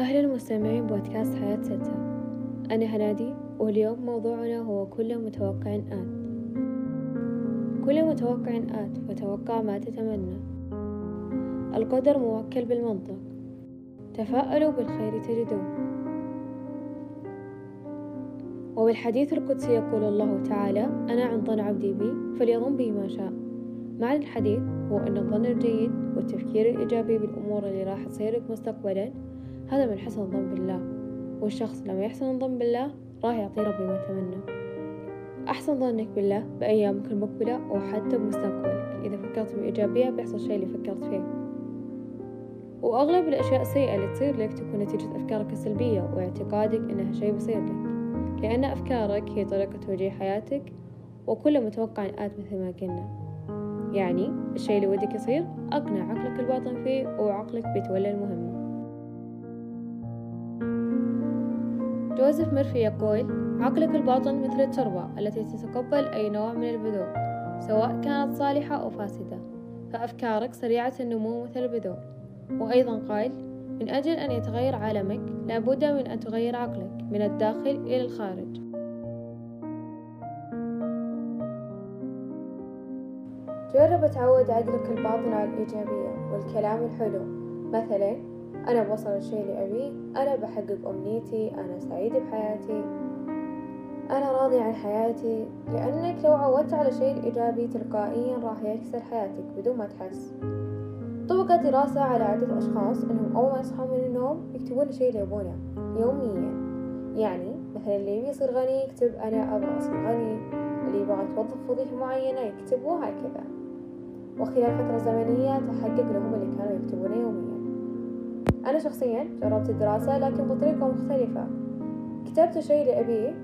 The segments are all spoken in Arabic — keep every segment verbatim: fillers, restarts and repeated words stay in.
أهلا مستمعين بودكاست حياة ستة. أنا هنادي، واليوم موضوعنا هو كل متوقع آت. كل متوقع آت، فتوقع ما تتمنى. القدر موكل بالمنطق، تفاءلوا بالخير تجدوه. وبالحديث القدسي يقول الله تعالى: أنا عن ظن عبدي بي فليظن بي ما شاء. معنى الحديث هو أن الظن الجيد والتفكير الإيجابي بالأمور اللي راح تصير لك مستقبلا هذا من حسن الظن بالله، والشخص لما يحسن الظن بالله راح يعطي ربي ما تمنى. أحسن ظنك بالله بأيامك المقبلة وحتى بمستقبلك. إذا فكرت بإيجابية بيحصل الشيء اللي فكرت فيه. وأغلب الأشياء السيئة اللي تصير لك تكون نتيجة أفكارك السلبية واعتقادك إنها شيء بيصير لك، لأن أفكارك هي طريقة توجيه حياتك. وكل متوقع آت مثل ما قلنا، يعني الشيء اللي ودك يصير أقنع عقلك الباطن فيه وعقلك بيتولى المهمة. جوزيف ميرفي يقول: عقلك الباطن مثل التربة التي تتقبل أي نوع من البذور سواء كانت صالحة أو فاسدة، فأفكارك سريعة النمو مثل البذور. وأيضا قال: من أجل أن يتغير عالمك لابد من أن تغير عقلك من الداخل إلى الخارج. جرب تعود عقلك الباطن على الإيجابية والكلام الحلو، مثلا: أنا بوصل الشيء اللي أبيه، أنا بحقق أمنيتي، أنا سعيد بحياتي، أنا راضي عن حياتي. لأنك لو عودت على الشيء الإيجابي تلقائيا راح يكسر حياتك بدون ما تحس. طبقت دراسة على عدة أشخاص أنهم أول ما يصحون من النوم يكتبون الشيء اللي يبونه يوميا. يعني مثلا اللي يبي يصير غني يكتب أنا أبغى أصير غني، اللي يبغى يتوظف وظيفة معينة يكتب، وهكذا. وخلال فترة زمنية تحقق لهم اللي كانوا يكتبونه يوميا. أنا شخصيا جربت الدراسة لكن بطريقة مختلفة. كتبت الشيء اللي أبيه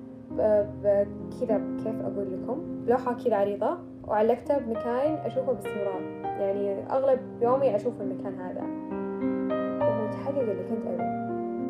بكذا، كيف أقول لكم، لوحة كذا عريضة، وعلقتها بمكان أشوفه باستمرار، يعني أغلب يومي أشوف المكان هذا، ومتحقق اللي كنت أبيه.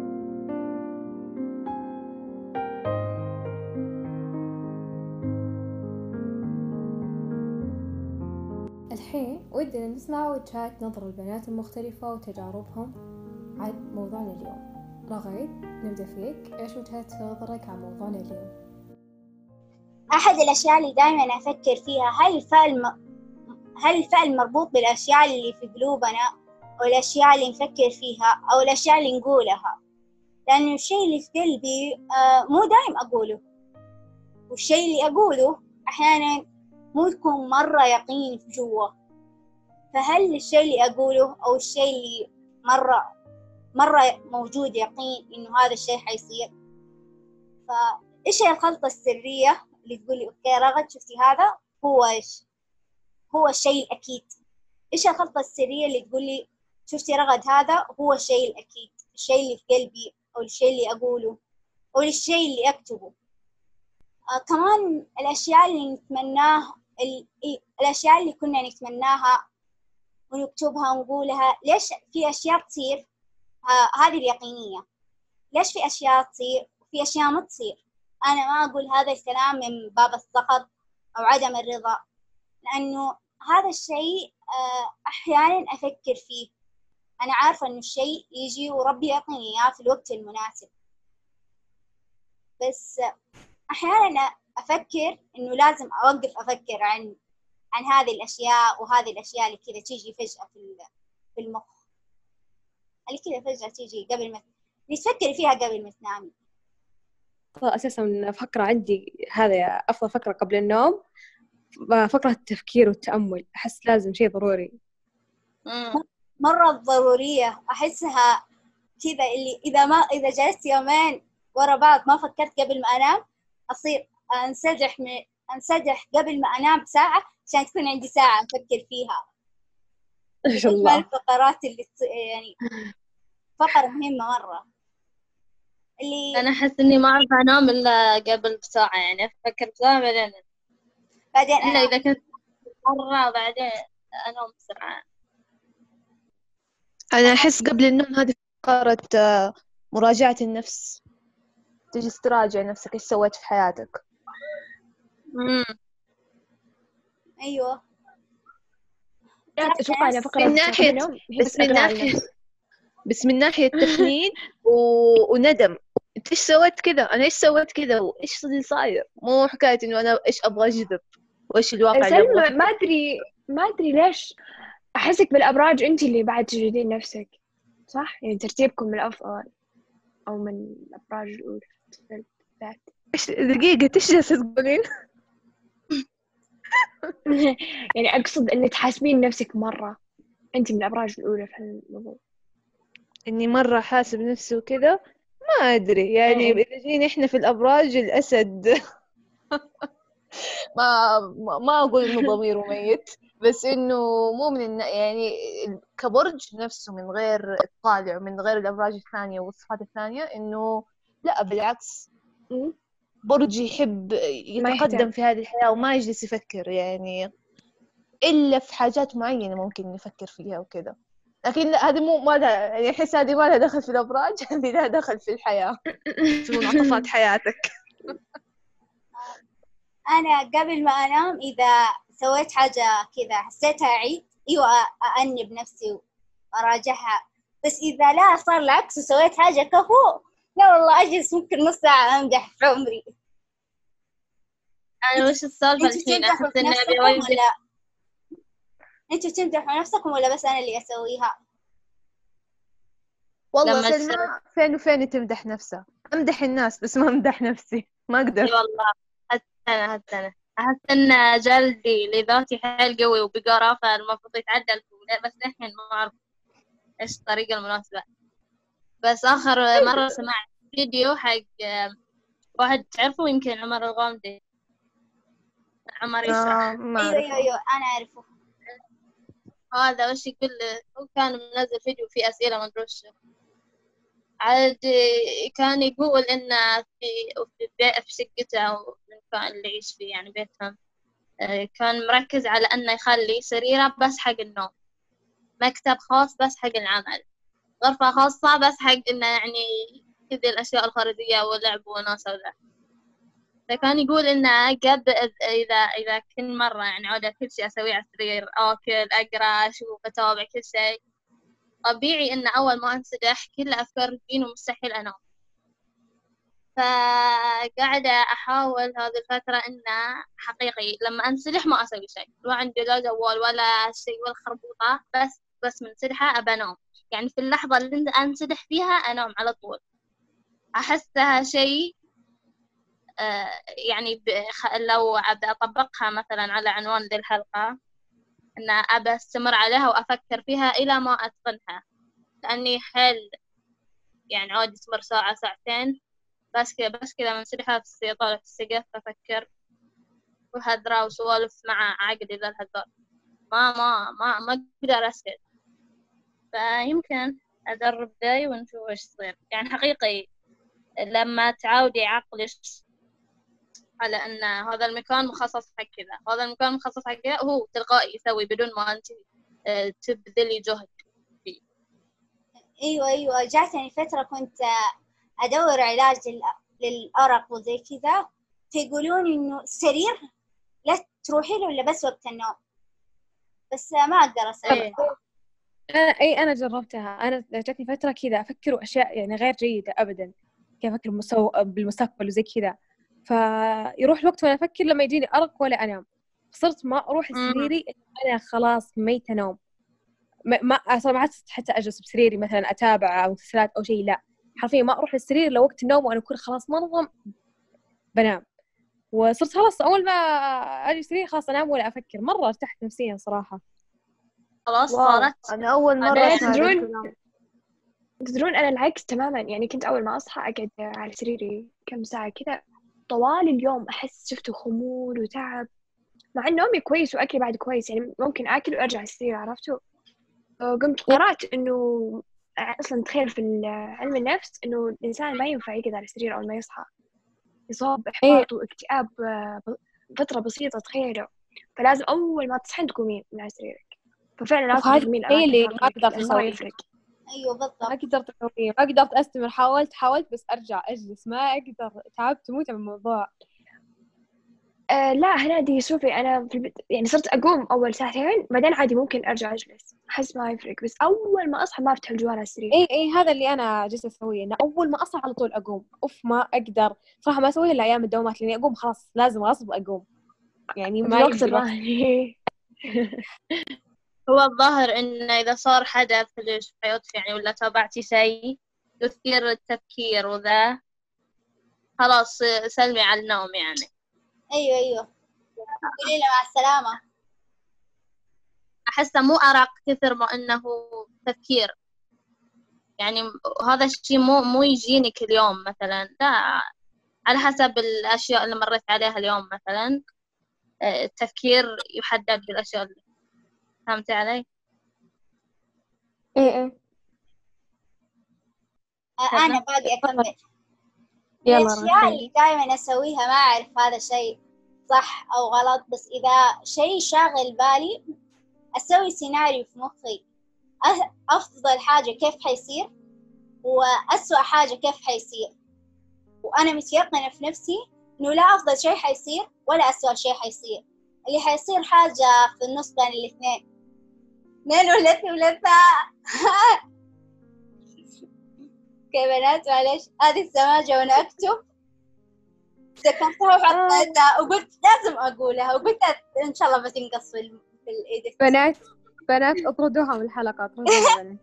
الحين ودنا نسمع وجهات نظر البنات المختلفة وتجاربهم عن موضوعنا اليوم. رغيد، نبدأ فيك. إيش وجهة نظرك عن موضوعنا اليوم؟ أحد الأشياء اللي دائما أفكر فيها، هل الفعل م... هل الفعل مربوط بالأشياء اللي في قلوبنا أو الأشياء اللي نفكر فيها أو الأشياء اللي نقولها؟ لأنه الشيء اللي في قلبي آه مو دائم أقوله، والشيء اللي أقوله أحيانا مو يكون مرة يقين في جوا. فهل الشيء اللي أقوله أو الشيء اللي مرة مرة موجود يقين إنه هذا الشيء حيصير؟ فإيش هي الخلطة السرية اللي تقولي أوكي رغد شفتي هذا هو إيش هو الشيء الأكيد؟ إيش الخلطة السرية اللي تقولي شفتي رغد هذا هو الشيء الأكيد، الشيء اللي في قلبي أو الشيء اللي أقوله أو الشيء اللي أكتبه؟ آه كمان الأشياء اللي نتمناها، الأشياء اللي كنا نتمناها ونكتبها ونقولها، ليش في أشياء تصير آه هذه اليقينية؟ ليش في أشياء تصير وفي أشياء ما تصير؟ أنا ما أقول هذا الكلام من باب السخط أو عدم الرضا، لأنه هذا الشيء أحياناً أفكر فيه. أنا عارفة أنه الشيء يجي وربي يعطيني إياه في الوقت المناسب، بس أحياناً أفكر أنه لازم أوقف أفكر عن عن هذه الأشياء وهذه الأشياء اللي كذا تيجي فجأة في المخ، اللي كذا فجأة تيجي قبل ما تفكري فيها قبل ما تنامي. أساساً فكرة عندي هذا أفضل فكرة قبل النوم، فكرة التفكير والتأمل. أحس لازم شيء ضروري مرة ضرورية. أحسها كذا اللي إذا ما إذا جلست يومين ورا بعض ما فكرت قبل ما أنام أصير أنسجح من أنسجح قبل ما أنام بساعة عشان تكون عندي ساعة أفكر فيها. إن شاء الله. الفقرات اللي يعني فقرة مهمة مرة. اللي أنا أحس إني ما أعرف أنام إلا قبل بساعة، يعني أفكر بساعة بعدين بعدين إلا إذا كنت مرة بعدين أنام بسرعة. أنا أحس قبل النوم هذه فقرة مراجعة النفس، تجي تراجع نفسك إيش سويت في حياتك. امم أيوة. أتوقع أنا فقرة من ناحية بس من ناحية بس من ناحية تفنيد و... وندم. انت ايش سويت كذا، انا ايش سويت كذا، وايش اللي صاير، مو حكاية انه انا ايش ابغى اجذب وايش الواقع اللي ابغى. سلمى ما ادري ما ادري ليش احسك بالابراج انت اللي بعد تجلدين نفسك، صح؟ يعني ترتيبكم الافضل او من الابراج الاولى بالذات. ايش دقيقة ايش جالسة تقولين؟ يعني اقصد انك تحاسبين نفسك مرة انت من الابراج الاولى في الموضوع. اني مرة حاسب نفسي وكذا، ما ادري يعني. إيه. اذا جينا احنا في الابراج الاسد ما ما ما اقول انه ضميره ميت، بس انه مو من الن... يعني كبرج نفسه من غير الطالع ومن غير الابراج الثانيه والصفات الثانيه، انه لا بالعكس، م? برج يحب ما يتقدم يهدم. في هذه الحياه وما يجلس يفكر يعني، الا في حاجات معينه ممكن يفكر فيها وكذا. لكن لا، هذه مو ما لها يعني، احس هذه ما لها دخل في الابراج، هذه لها دخل في الحياه، في منعطفات حياتك. أنا قبل ما أنام إذا سويت حاجة كذا حسيتها عيد، أيوة أأنب نفسي وأراجعها. بس إذا لا صار العكس وسويت حاجة كفو، لا والله أجلس ممكن نص ساعة أمدح في عمري. أنا وش السالفة أنتوا الحين؟ تمدحوا أحس في إني أبي نفسكم أوقف. ولا أنتوا تمدحوا نفسكم ولا بس أنا اللي أسويها؟ والله لما سلمى فين وفين تمدح نفسها، امدح الناس بس ما امدح نفسي، ما اقدر. اي والله حتى أنا حتى أنا أحس إن جلدي لذاتي حيل قوي وبقرة، فالمفروض يتعدل، بس الحين ما أعرف إيش الطريقة المناسبة. بس آخر مرة سمعت فيديو حق واحد تعرفه يمكن، عمر الغامدي، عمر يشرح. آه ما أيوة أيوة أعرفه. أيوة أنا أعرفه. هذا وش يقول، هو كان منزل فيديو فيه أسئلة ما أدري وش، عاد كان يقول إن في في بي- في شقته أو المكان اللي يعيش فيه يعني بيتهم، آه، كان مركز على إنه يخلي سريره بس حق النوم، مكتب خاص بس حق العمل، غرفة خاصة بس حق إنه يعني كذي الأشياء الخارجية واللعب وناسة وذا. فكان يقول إنه قبل إذا إذا كل مرة يعني عودة كل شيء أسويه على السرير، أكل أقرأ أشوف أتابع كل شيء، طبيعي إن أول ما أنسدح كل أفكار الدين ومستحيل أنام. فقاعدة أحاول هذه الفترة إنه حقيقي لما أنسدح ما أسوي شيء، لا عندي لا جوال ولا شيء ولا خربوطة، بس بس منسدحة أبى أنام، يعني في اللحظة اللي أنسدح فيها أنام على طول. أحسها شيء آه يعني لو أبدأ أطبقها مثلا على عنوان ذي الحلقة، إن أبى أستمر عليها وأفكر فيها إلى ما أتقنها، لأني حيل يعني عادي تمر ساعة ساعتين بس كذا بس كذا منسدحة في السيطرة في السقف، أفكر وهدرة وسوالف مع عقلي ذا الهدر، ما ما ما ما أقدر أسكت. فيمكن أدرب ذي ونشوف إيش يصير. يعني حقيقي لما تعودي عقلك على أن هذا المكان مخصص حق كذا، هذا المكان مخصص حق كذا، هو تلقائي يسوي بدون ما أنت تبذلي جهد فيه. أيوة أيوة جاتني فترة كنت أدور علاج للأرق وزي كذا، فيقولون إنه السرير لا تروحي له إلا بس وقت النوم، بس ما أقدر أسوي. إيه. أنا أي أنا جربتها، أنا جاتني فترة كذا أفكر أشياء يعني غير جيدة أبدا، كيف أفكر مسو... بالمستقبل وزي كذا، فيروح الوقت وأنا أفكر لما يجيني أرق ولا أنام، صرت ما أروح لسريري، أنا خلاص ميت أنوم، ما ما أصلا ما عدت حتى أجلس بسريري مثلا أتابع مسلسلات أو شيء، لا حرفيا ما أروح للسرير لو وقت النوم وأنا أكون خلاص منظم بنام. وصرت خلاص أول ما أجي سرير خلاص أنام ولا أفكر، مرة ارتحت نفسيا صراحة. خلاص واو، صارت. أنا أول مرة أنا أسمع هذا تدرون الكلام. تدرون أنا العكس تماما، يعني كنت أول ما أصحى أقعد على سريري كم ساعة كذا طوال اليوم، أحس شفته خمول وتعب، مع إن نومي كويس وأكلي بعد كويس، يعني ممكن أكل وأرجع السرير، عرفتوا؟ قمت قرأت إنه أصلا تخيل في علم النفس إنه الإنسان ما ينفع يقعد على السرير أول ما يصحى، يصاب إحباط واكتئاب فترة بسيطة تخيلوا، فلازم أول ما تصحين تقومين من على سريرك، ففعلا لازم تهضمين اللي الأماكن ما قدرت مرة أسويه، يفرق. أيوة بالضبط، ما قدرت أسويه، ما قدرت أستمر، حاولت حاولت بس أرجع أجلس، ما أقدر، تعبت موت من الموضوع. آه لا هنادي شوفي أنا في البيت يعني صرت أقوم أول ساعتين بعدين عادي ممكن أرجع أجلس، أحس ما يفرق، بس أول ما أصحى ما أفتح الجوال على السرير. اي اي هذا اللي انا جالسه اسويه، انه اول ما اصحى على طول اقوم. اوف ما اقدر صراحه، ما اسويها الا ايام الدوامات، لاني اقوم خلاص لازم غصب اقوم، يعني ما الوقت يبدي الوقت. الراهي. هو الظاهر إن إذا صار حدث في حياتك يعني ولا تابعتي شيء يثير التفكير وذا، خلاص سلمي على النوم يعني. أيوة أيوة قولي له مع السلامة. أحسه مو أرق كثر ما إنه تفكير، يعني هذا الشيء مو مو يجيني كل يوم مثلا، لا، على حسب الأشياء اللي مريت عليها اليوم مثلا التفكير يحدد بالأشياء اللي فهمتي علي؟ ايه ايه آه، أنا باقي أكمل. يلا الأشياء رحيل. اللي دائما أسويها ما أعرف هذا شيء صح أو غلط، بس إذا شيء شاغل بالي أسوي سيناريو في مخي، أه- أفضل حاجة كيف حيصير وأسوأ حاجة كيف حيصير، وأنا متيقنة في نفسي إنه لا أفضل شيء حيصير ولا أسوأ شيء حيصير، اللي حيصير حاجة في النص بين الاثنين، اثنين ولا ثلاثة. كيف معلش هذه السماجة وأنا أكتب ذكرتها وحطيتها وقلت لازم أقولها، وقلت إن شاء الله بتنقص في ال في الإيديت. بنات بنات اطردوها من الحلقة، اطردوها بنات.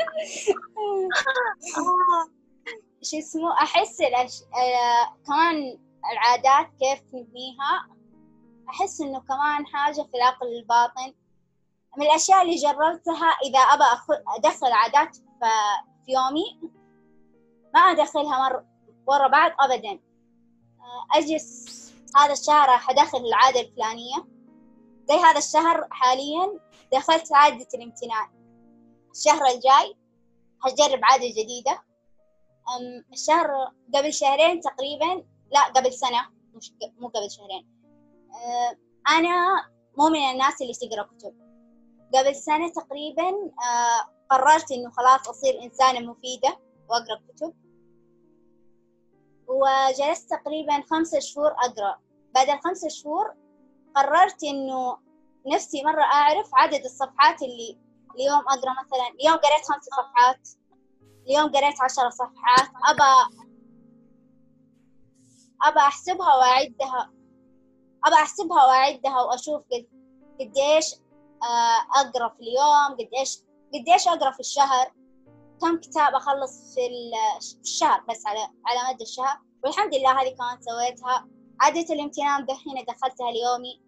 شو اسمه أحس الأش... آه... كمان العادات كيف نبنيها، أحس إنه كمان حاجة في العقل الباطن من الأشياء اللي جربتها. إذا أبى أخ... أدخل عادات في... في يومي ما أدخلها مرة ورا بعض أبدا. أجلس هذا الشهر حدخل العادة الفلانية، زي هذا الشهر حاليا دخلت عادة الامتنان، الشهر الجاي هجرب عادة جديدة. أم الشهر قبل شهرين تقريبا، لا قبل سنة مش مو قبل شهرين، أه أنا مو من الناس اللي تقرأ كتب. قبل سنة تقريبا أه قررت إنه خلاص أصير إنسانة مفيدة وأقرأ كتب، وجلست تقريبا خمسة شهور أقرأ. بعد الخمسة شهور قررت إنه نفسي مرة أعرف عدد الصفحات اللي اليوم أقرأ. مثلا اليوم قرأت خمس صفحات، اليوم قرأت عشر صفحات، أبى أبى أحسبها وأعدها، أبى أحسبها وأعدها وأشوف قد قديش أقرأ في اليوم، قديش قديش أقرأ في الشهر، كم كتاب أخلص في الشهر بس على على مدى الشهر. والحمد لله هذه كمان سويتها. عادة الامتنان دحين دخلتها اليومي،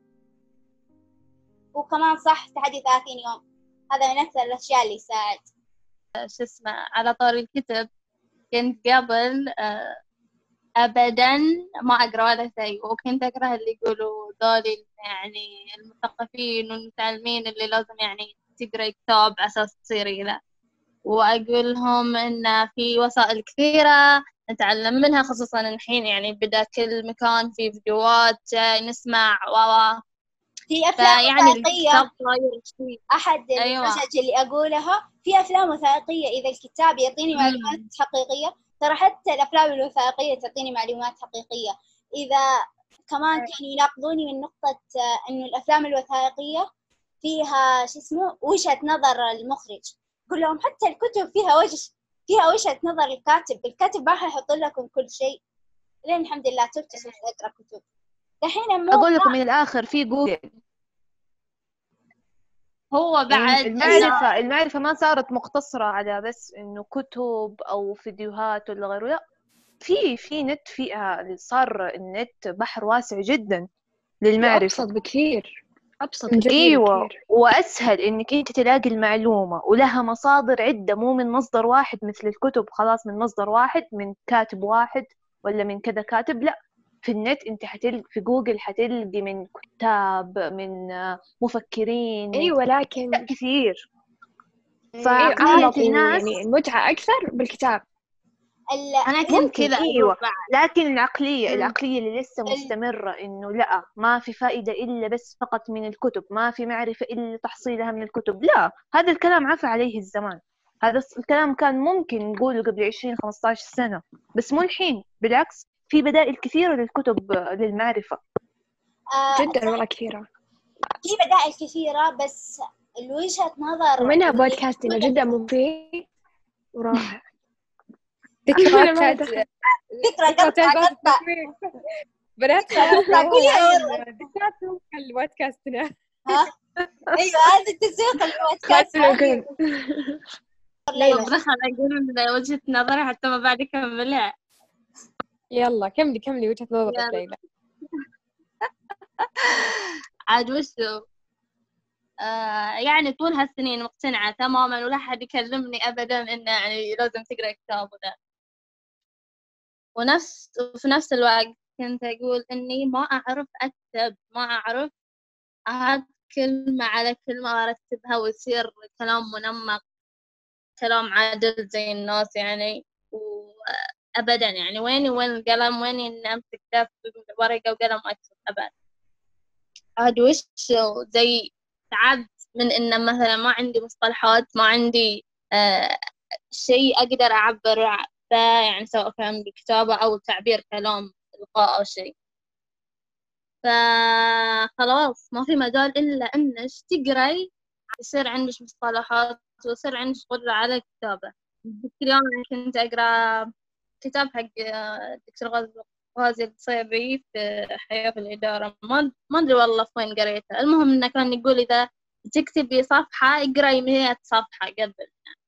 وكمان صح تحدي ثلاثين يوم، هذا من أكثر الأشياء اللي يساعد. شو اسمه على طار الكتب، كنت قبل أبدا ما أقرأ ولا شيء، وكنت أقرأ اللي يقولوا ذولي يعني المثقفين والمتعلمين اللي لازم يعني تقرأ كتاب أساس تصيري له، وأقول لهم إن في وسائل كثيرة نتعلم منها، خصوصا الحين يعني بدأ كل مكان في فيديوهات نسمع و في أفلام وثائقية. شيء. أحد أيوة. الحجج اللي أقولها في أفلام وثائقية، إذا الكتاب يعطيني معلومات مم. حقيقية، ترى حتى الأفلام الوثائقية تعطيني معلومات حقيقية. إذا كمان كانوا يناقضوني من نقطة إنه الأفلام الوثائقية فيها شو اسمه وجهة نظر المخرج، قل لهم حتى الكتب فيها وجه فيها وجهة نظر الكاتب، الكاتب ما حيحط لكم كل شيء. لين الحمد لله تبت صرت أقرأ كتب دحين. مو أقول لكم من الآخر في جوجل. هو بعد يعني المعرفة المعرفة ما صارت مقتصرة على بس إنه كتب أو فيديوهات ولا غيره، لا، في في نت، فيها صار النت بحر واسع جدا للمعرفة، أبسط بكثير، أبسط بكثير. ايوه، بكثير. واسهل انك انت تلاقي المعلومه، ولها مصادر عده، مو من مصدر واحد مثل الكتب خلاص من مصدر واحد من كاتب واحد ولا من كذا كاتب، لا، في النت انت حتلقي في جوجل حتلقي من كتاب، من مفكرين، من أيوة لكن كثير. أيوة، فعقلية أعمق الناس يعني المتعة أكثر بالكتاب. أنا كنت ممكن كذا ايوه، لكن العقلية مم. العقلية اللي لسه مستمرة انه لا، ما في فائدة الا بس فقط من الكتب، ما في معرفة الا تحصيلها من الكتب، لا، هذا الكلام عفى عليه الزمان. هذا الكلام كان ممكن نقوله قبل عشرين خمسة عشر سنة، بس مو الحين، بالعكس في بدائل كثيرة للكتب للمعرفة. آه جدا والله كثيرة، في بدائل كثيرة، بس الوجهة نظر ومنها اللي بودكاستنا موجودة جدا مفيد ورائع. ذكرى أنا ما تاج دخل. فكرة ذكرى قطع تاج باص قطع التصوير. بنات قطع قطع كل نعين يوم. ذكرياتهم في البودكاستنا. ها أيوة، هذا التسويق البودكاست خلوا هذه. يكون ليلى طب دخل أقول وجهة نظري حتى ما بعد أكملها. يلا كملي كملي وجهة نظرك ليلى. عاد وشو آه يعني طول هالسنين مقتنعة تماما، ولا حد يكلمني أبدا إنه يعني لازم تقرأ كتاب وذا. ونفس وفي نفس الوقت كنت أقول إني ما أعرف أكتب، ما أعرف أهاد كلمة على كلمة أرتبها ويصير كلام منمق، كلام عادل زي الناس يعني. وأبدا يعني ويني وين القلم، ويني إني أمسك دفتر ورقة وقلم وأكتب أبدا. عاد وش زي تعبت من إن مثلا ما عندي مصطلحات، ما عندي آه شيء أقدر أعبر به، يعني سواء كان بكتابة أو تعبير كلام إلقاء أو شيء. فخلاص ما في مجال إلا إنك تقرأي يصير عندك مصطلحات ويصير عندك قدرة على الكتابة. ذيك اليوم كنت أقرأ كتاب حق دكتور غازي غازي القصيبي في حياة في الإدارة، ما ما أدري والله في وين قريته. المهم إنه كان يقول إذا تكتبي صفحة اقرأي مئة صفحة قبل.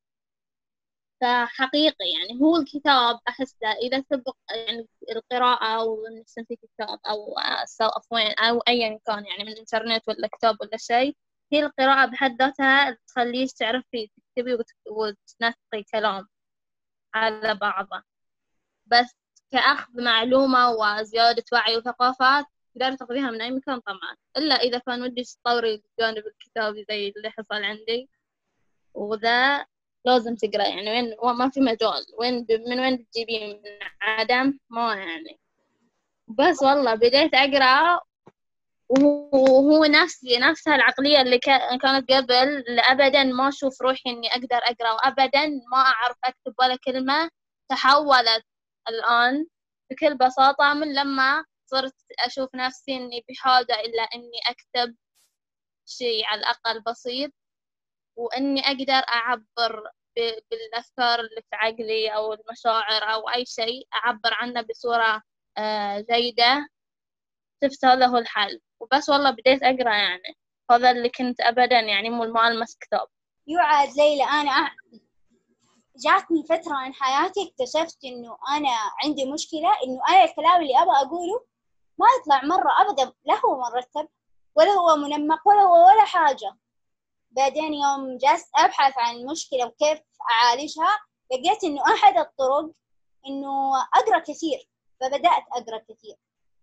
فحقيقي يعني هو الكتاب أحسه إذا سبق يعني القراءة أو إنك تمسكي كتاب أو سواء في وين أو أيا كان يعني من الإنترنت ولا كتاب ولا شيء، هي القراءة بحد ذاتها تخليش تعرفي تكتبي وتنسقي كلام على بعضه. بس كأخذ معلومة وزيادة وعي وثقافات تقدر تاخذيها من أي مكان طبعا، إلا إذا كان ودك تطوري الجانب الكتابي زي اللي حصل عندي، وذا لازم تقرأ يعني وين ما في مجال، وين من وين بتجيبين من عدم ما يعني. بس والله بديت أقرأ وهو نفسي نفسها العقلية اللي كانت قبل، أبدا ما أشوف روحي إني أقدر أقرأ وأبدا ما أعرف أكتب ولا كلمة، تحولت الآن بكل بساطة من لما صرت أشوف نفسي إني بحاجة إلا إني أكتب شيء على الأقل بسيط، وإني أقدر أعبر بالأفكار اللي في عقلي أو المشاعر أو أي شيء أعبر عنه بصورة جيدة. شفت هذا هو الحل وبس. والله بديت أقرأ يعني هذا اللي كنت أبدا يعني مو ما ألمس كتاب. يوعد ليلى، أنا جاتني فترة من حياتي اكتشفت إنه أنا عندي مشكلة، إنه أنا الكلام اللي أبغى أقوله ما يطلع مرة أبدا، لا هو مرتب ولا هو منمق ولا هو ولا حاجة. بعدين يوم جلست أبحث عن المشكلة وكيف أعالجها، لقيت إنه أحد الطرق إنه أقرأ كثير، فبدأت أقرأ كثير.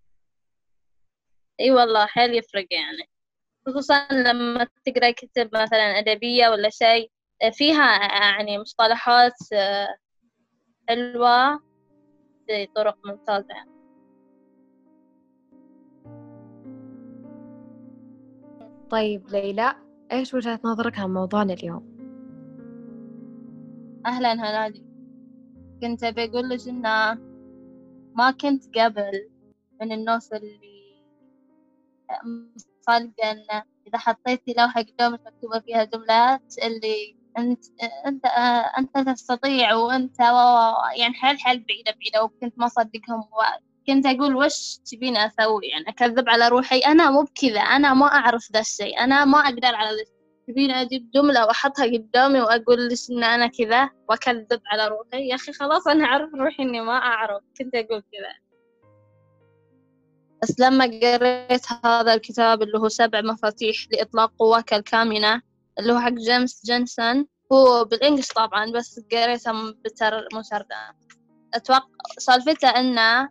اي والله حيل يفرق يعني، خصوصا لما تقرأ كتب مثلا أدبية ولا شيء فيها يعني مصطلحات حلوة بطرق ممتازة يعني. طيب ليلى، إيش وجهة نظرك عن موضوعنا اليوم؟ أهلا هنادي، كنت بقول لك إنه ما كنت قبل من الناس اللي مصدقة إنه إذا حطيتي لوحة قدامك مكتوبة فيها جملات اللي أنت أنت أنت تستطيع وأنت يعني حيل حيل بعيدة بعيدة، وكنت ما أصدقهم. كنت أقول وش تبين أسوي يعني أكذب على روحي؟ أنا مو بكذا، أنا ما أعرف ذا الشيء، أنا ما أقدر على ذا. تبين أجيب جملة وأحطها قدامي وأقول ليش إن أنا كذا وأكذب على روحي؟ يا أخي خلاص أنا أعرف روحي إني ما أعرف. كنت أقول كذا. بس لما قريت هذا الكتاب اللي هو سبع مفاتيح لإطلاق قواك الكامنة اللي هو حق جيمس جينسون، هو بالإنجليش طبعا بس قريته بتر مترجم. أتوقع سالفته إنه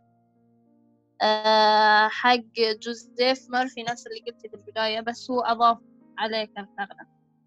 أه حق جوزيف مورفي نفس اللي قلتي في البداية، بس هو أضاف عليه كم ثغرة.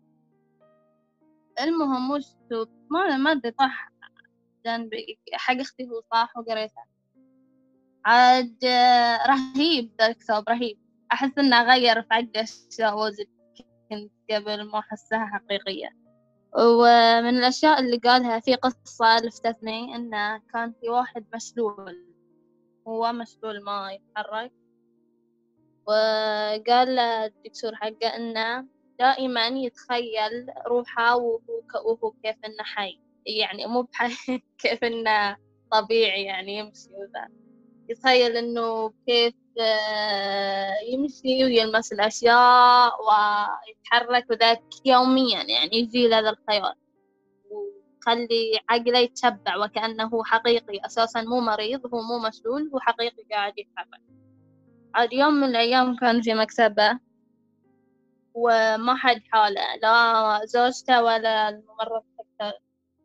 المهم وش ما ما أدري صح حق أختي هو صح وقريته عاد رهيب. ذا الكتاب رهيب، أحس إنه غير في عقلي أشياء واجد كنت قبل ما أحسها حقيقية. ومن الأشياء اللي قالها في قصة لفتتني إنه كان في واحد مشلول، هو مشلول ما يتحرك، وقال له الدكتور حقه إنه دائما يتخيل روحه وهو, ك- وهو كيف إنه حي، يعني مو بحي كيف إنه طبيعي يعني يمشي وذا، يتخيل إنه كيف آه، يمشي ويلمس الأشياء ويتحرك وذاك يوميا، يعني يجي له هذا الخيال وخلي عقله يتشبع وكأنه حقيقي أساسا، مو مريض، هو مو مسلول، هو حقيقي قاعد يتحرك. عاد يوم من الأيام كان في مكتبة وما حد حاله، لا زوجته ولا الممرض حقه،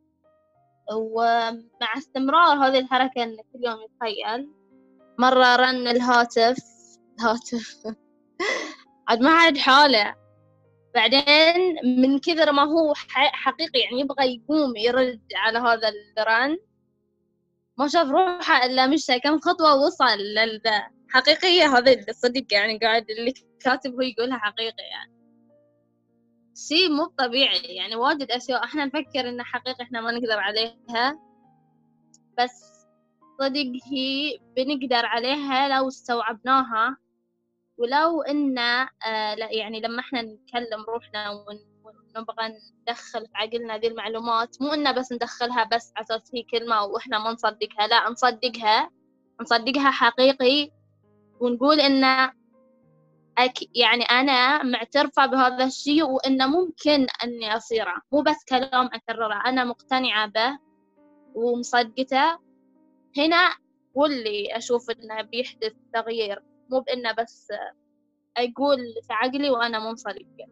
ومع استمرار هذه الحركة إنه كل يوم يتخيل، مرة رن الهاتف هاتف عاد ما حد حاله. بعدين من كثر ما هو حقيقي يعني يبغى يقوم يرد على هذا الرن، ما شاف روحه إلا مشى كم خطوة وصل للذا. حقيقية هذا الصدق، يعني قاعد اللي كاتب هو يقولها حقيقي، يعني شيء مو طبيعي. يعني واجد أشياء إحنا نفكر إنها حقيقة إحنا ما نقدر عليها، بس صدق هي بنقدر عليها لو استوعبناها، ولو إن آه يعني لما إحنا نتكلم روحنا ونبغى ندخل في عقلنا ذي المعلومات، مو إنه بس ندخلها بس على أساس هي كلمة وإحنا ما نصدقها، لا نصدقها نصدقها حقيقي، ونقول إنه أك يعني أنا معترفة بهذا الشيء وإنه ممكن أني أصيره، مو بس كلام أكرره، أنا مقتنعة به ومصدقته. هنا واللي أشوف إنه بيحدث تغيير، مو بإنه بس أقول في عقلي وأنا مو مصدقة.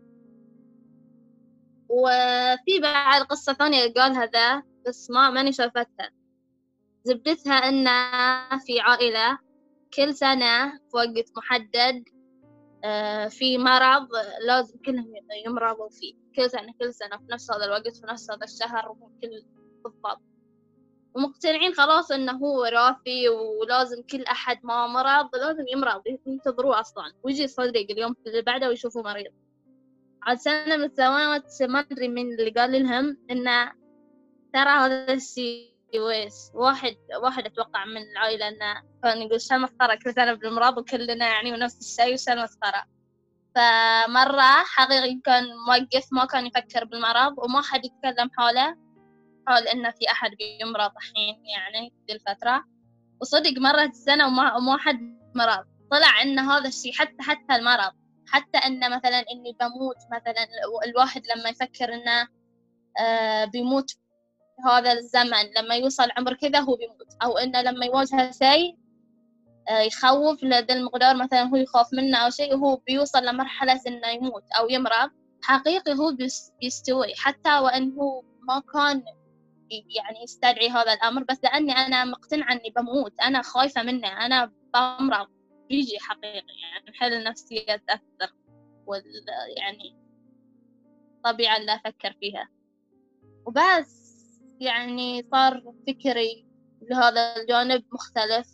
وفي بعد قصة ثانية قالها ذا بس ما ماني شافتها، زبدتها إنه في عائلة كل سنة في وقت محدد في مرض لازم كلهم يمرضوا فيه، كل سنة كل سنة في نفس هذا الوقت في نفس هذا الشهر وكل بالضبط، ومقتنعين خلاص إنه هو وراثي ولازم كل أحد ما مرض لازم يمرض، ينتظروه أصلاً ويجي يصدق اليوم اللي بعده ويشوفوا مريض. عاد سنة من السنوات ما أدري من اللي قال لهم إنه ترى هذا الشيء ويش، واحد واحد أتوقع من العائلة إنه كان يقول شو مسخرة كل سنة بالمرض وكلنا يعني ونفس الشيء وشو مسخرة. فمرة حقيقي كان موقف ما كان يفكر بالمرض وما حد يتكلم حوله حول إنه في أحد بيمرض الحين يعني في الفترة، وصدق مرت السنة وما وما حد مرض. طلع إن هذا الشيء حتى حتى المرض، حتى إنه مثلا إني بموت مثلا، الواحد لما يفكر إنه آه بيموت في هذا الزمن لما يوصل عمر كذا هو بيموت، أو إنه لما يواجه شيء آه يخوف لذا المقدار مثلا هو يخاف منه أو شيء وهو بيوصل لمرحلة إنه يموت أو يمرض، حقيقي هو بيستوي حتى وإنه ما كان يعني يستدعي هذا الأمر، بس لأني أنا مقتنعة أني بموت، أنا خايفة منه، أنا بمرض، بيجي حقيقي يعني حل النفسية تأثر، وال يعني طبيعة اللي أفكر فيها. وبس يعني صار فكري لهذا الجانب مختلف،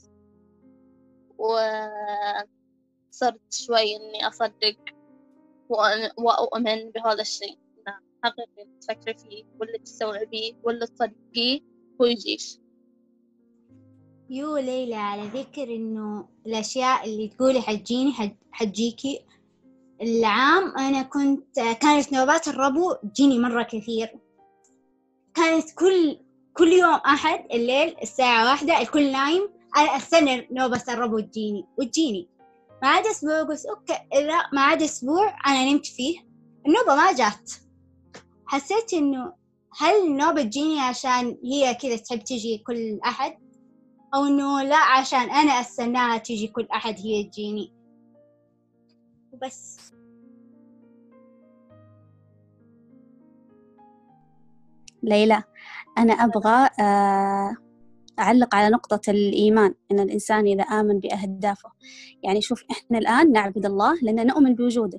وصرت شوي أني أصدق وأؤمن بهذا الشيء، حقيقي تفكري فيه ولا تستوعبيه ولا تصدقيه هو يجيش. يو ليلى، على ذكر إنه الأشياء اللي تقولي حتجيني حتجيكي، العام أنا كنت كانت نوبات الربو تجيني مرة كثير، كانت كل كل يوم أحد الليل الساعة واحدة الكل نايم، أنا أستنى نوبة الربو تجيني وتجيني، ما عاد أسبوع قلت أوكي، لا ما عاد أسبوع أنا نمت فيه النوبة ما جات. حسيت إنه هل النوبة تجيني عشان هي كذا تحب تجي كل أحد، أو إنه لا عشان أنا أستناها تجي كل أحد هي تجيني وبس. ليلى، أنا أبغى أعلق على نقطة الإيمان، أن الإنسان إذا آمن بأهدافه، يعني شوف إحنا الآن نعبد الله لأننا نؤمن بوجوده،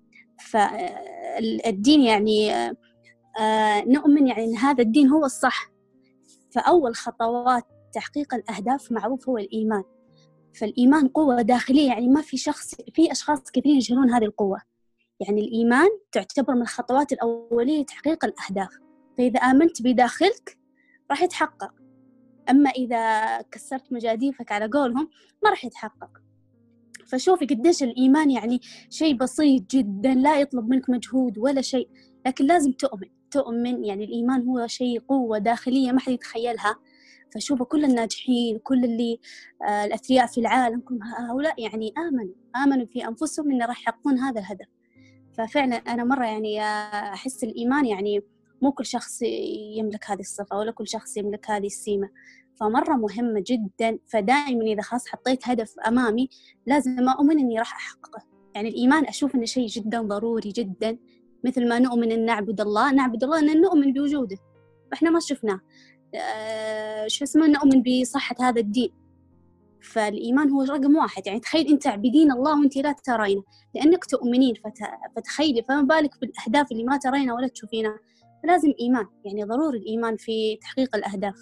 فالدين يعني نؤمن يعني أن هذا الدين هو الصح، فأول خطوات تحقيق الأهداف معروف هو الإيمان. فالإيمان قوة داخلية، يعني ما في شخص، في أشخاص كثيرين يجهلون هذه القوة، يعني الإيمان تعتبر من الخطوات الأولية لتحقيق الأهداف، فإذا آمنت بداخلك راح يتحقق، أما إذا كسرت مجاديفك على قولهم ما راح يتحقق. فشوفي قديش الإيمان يعني شيء بسيط جدا، لا يطلب منك مجهود ولا شيء، لكن لازم تؤمن تؤمن يعني الإيمان هو شيء قوة داخلية ما حد يتخيلها. فشوفوا كل الناجحين، كل اللي آه الأثرياء في العالم، كل هؤلاء يعني آمنوا آمنوا في أنفسهم إن راح يحققون هذا الهدف. ففعلا أنا مرة يعني أحس الإيمان يعني مو كل شخص يملك هذه الصفة ولا كل شخص يملك هذه السمة، فمرة مهمة جدا. فدائما إذا خلاص حطيت هدف أمامي لازم أؤمن إني راح أحققه. يعني الإيمان أشوف إنه شيء جدا ضروري جدا، مثل ما نؤمن أن نعبد الله نعبد الله أن نؤمن بوجوده فإحنا ما شفناه، أه شو اسمه نؤمن بصحة هذا الدين. فالإيمان هو رقم واحد. يعني تخيل أنت تعبدين الله وأنت لا ترينه لأنك تؤمنين، فت... فتخيلي فما بالك بالأهداف اللي ما ترينها ولا تشوفينها. فلازم إيمان، يعني ضروري الإيمان في تحقيق الأهداف.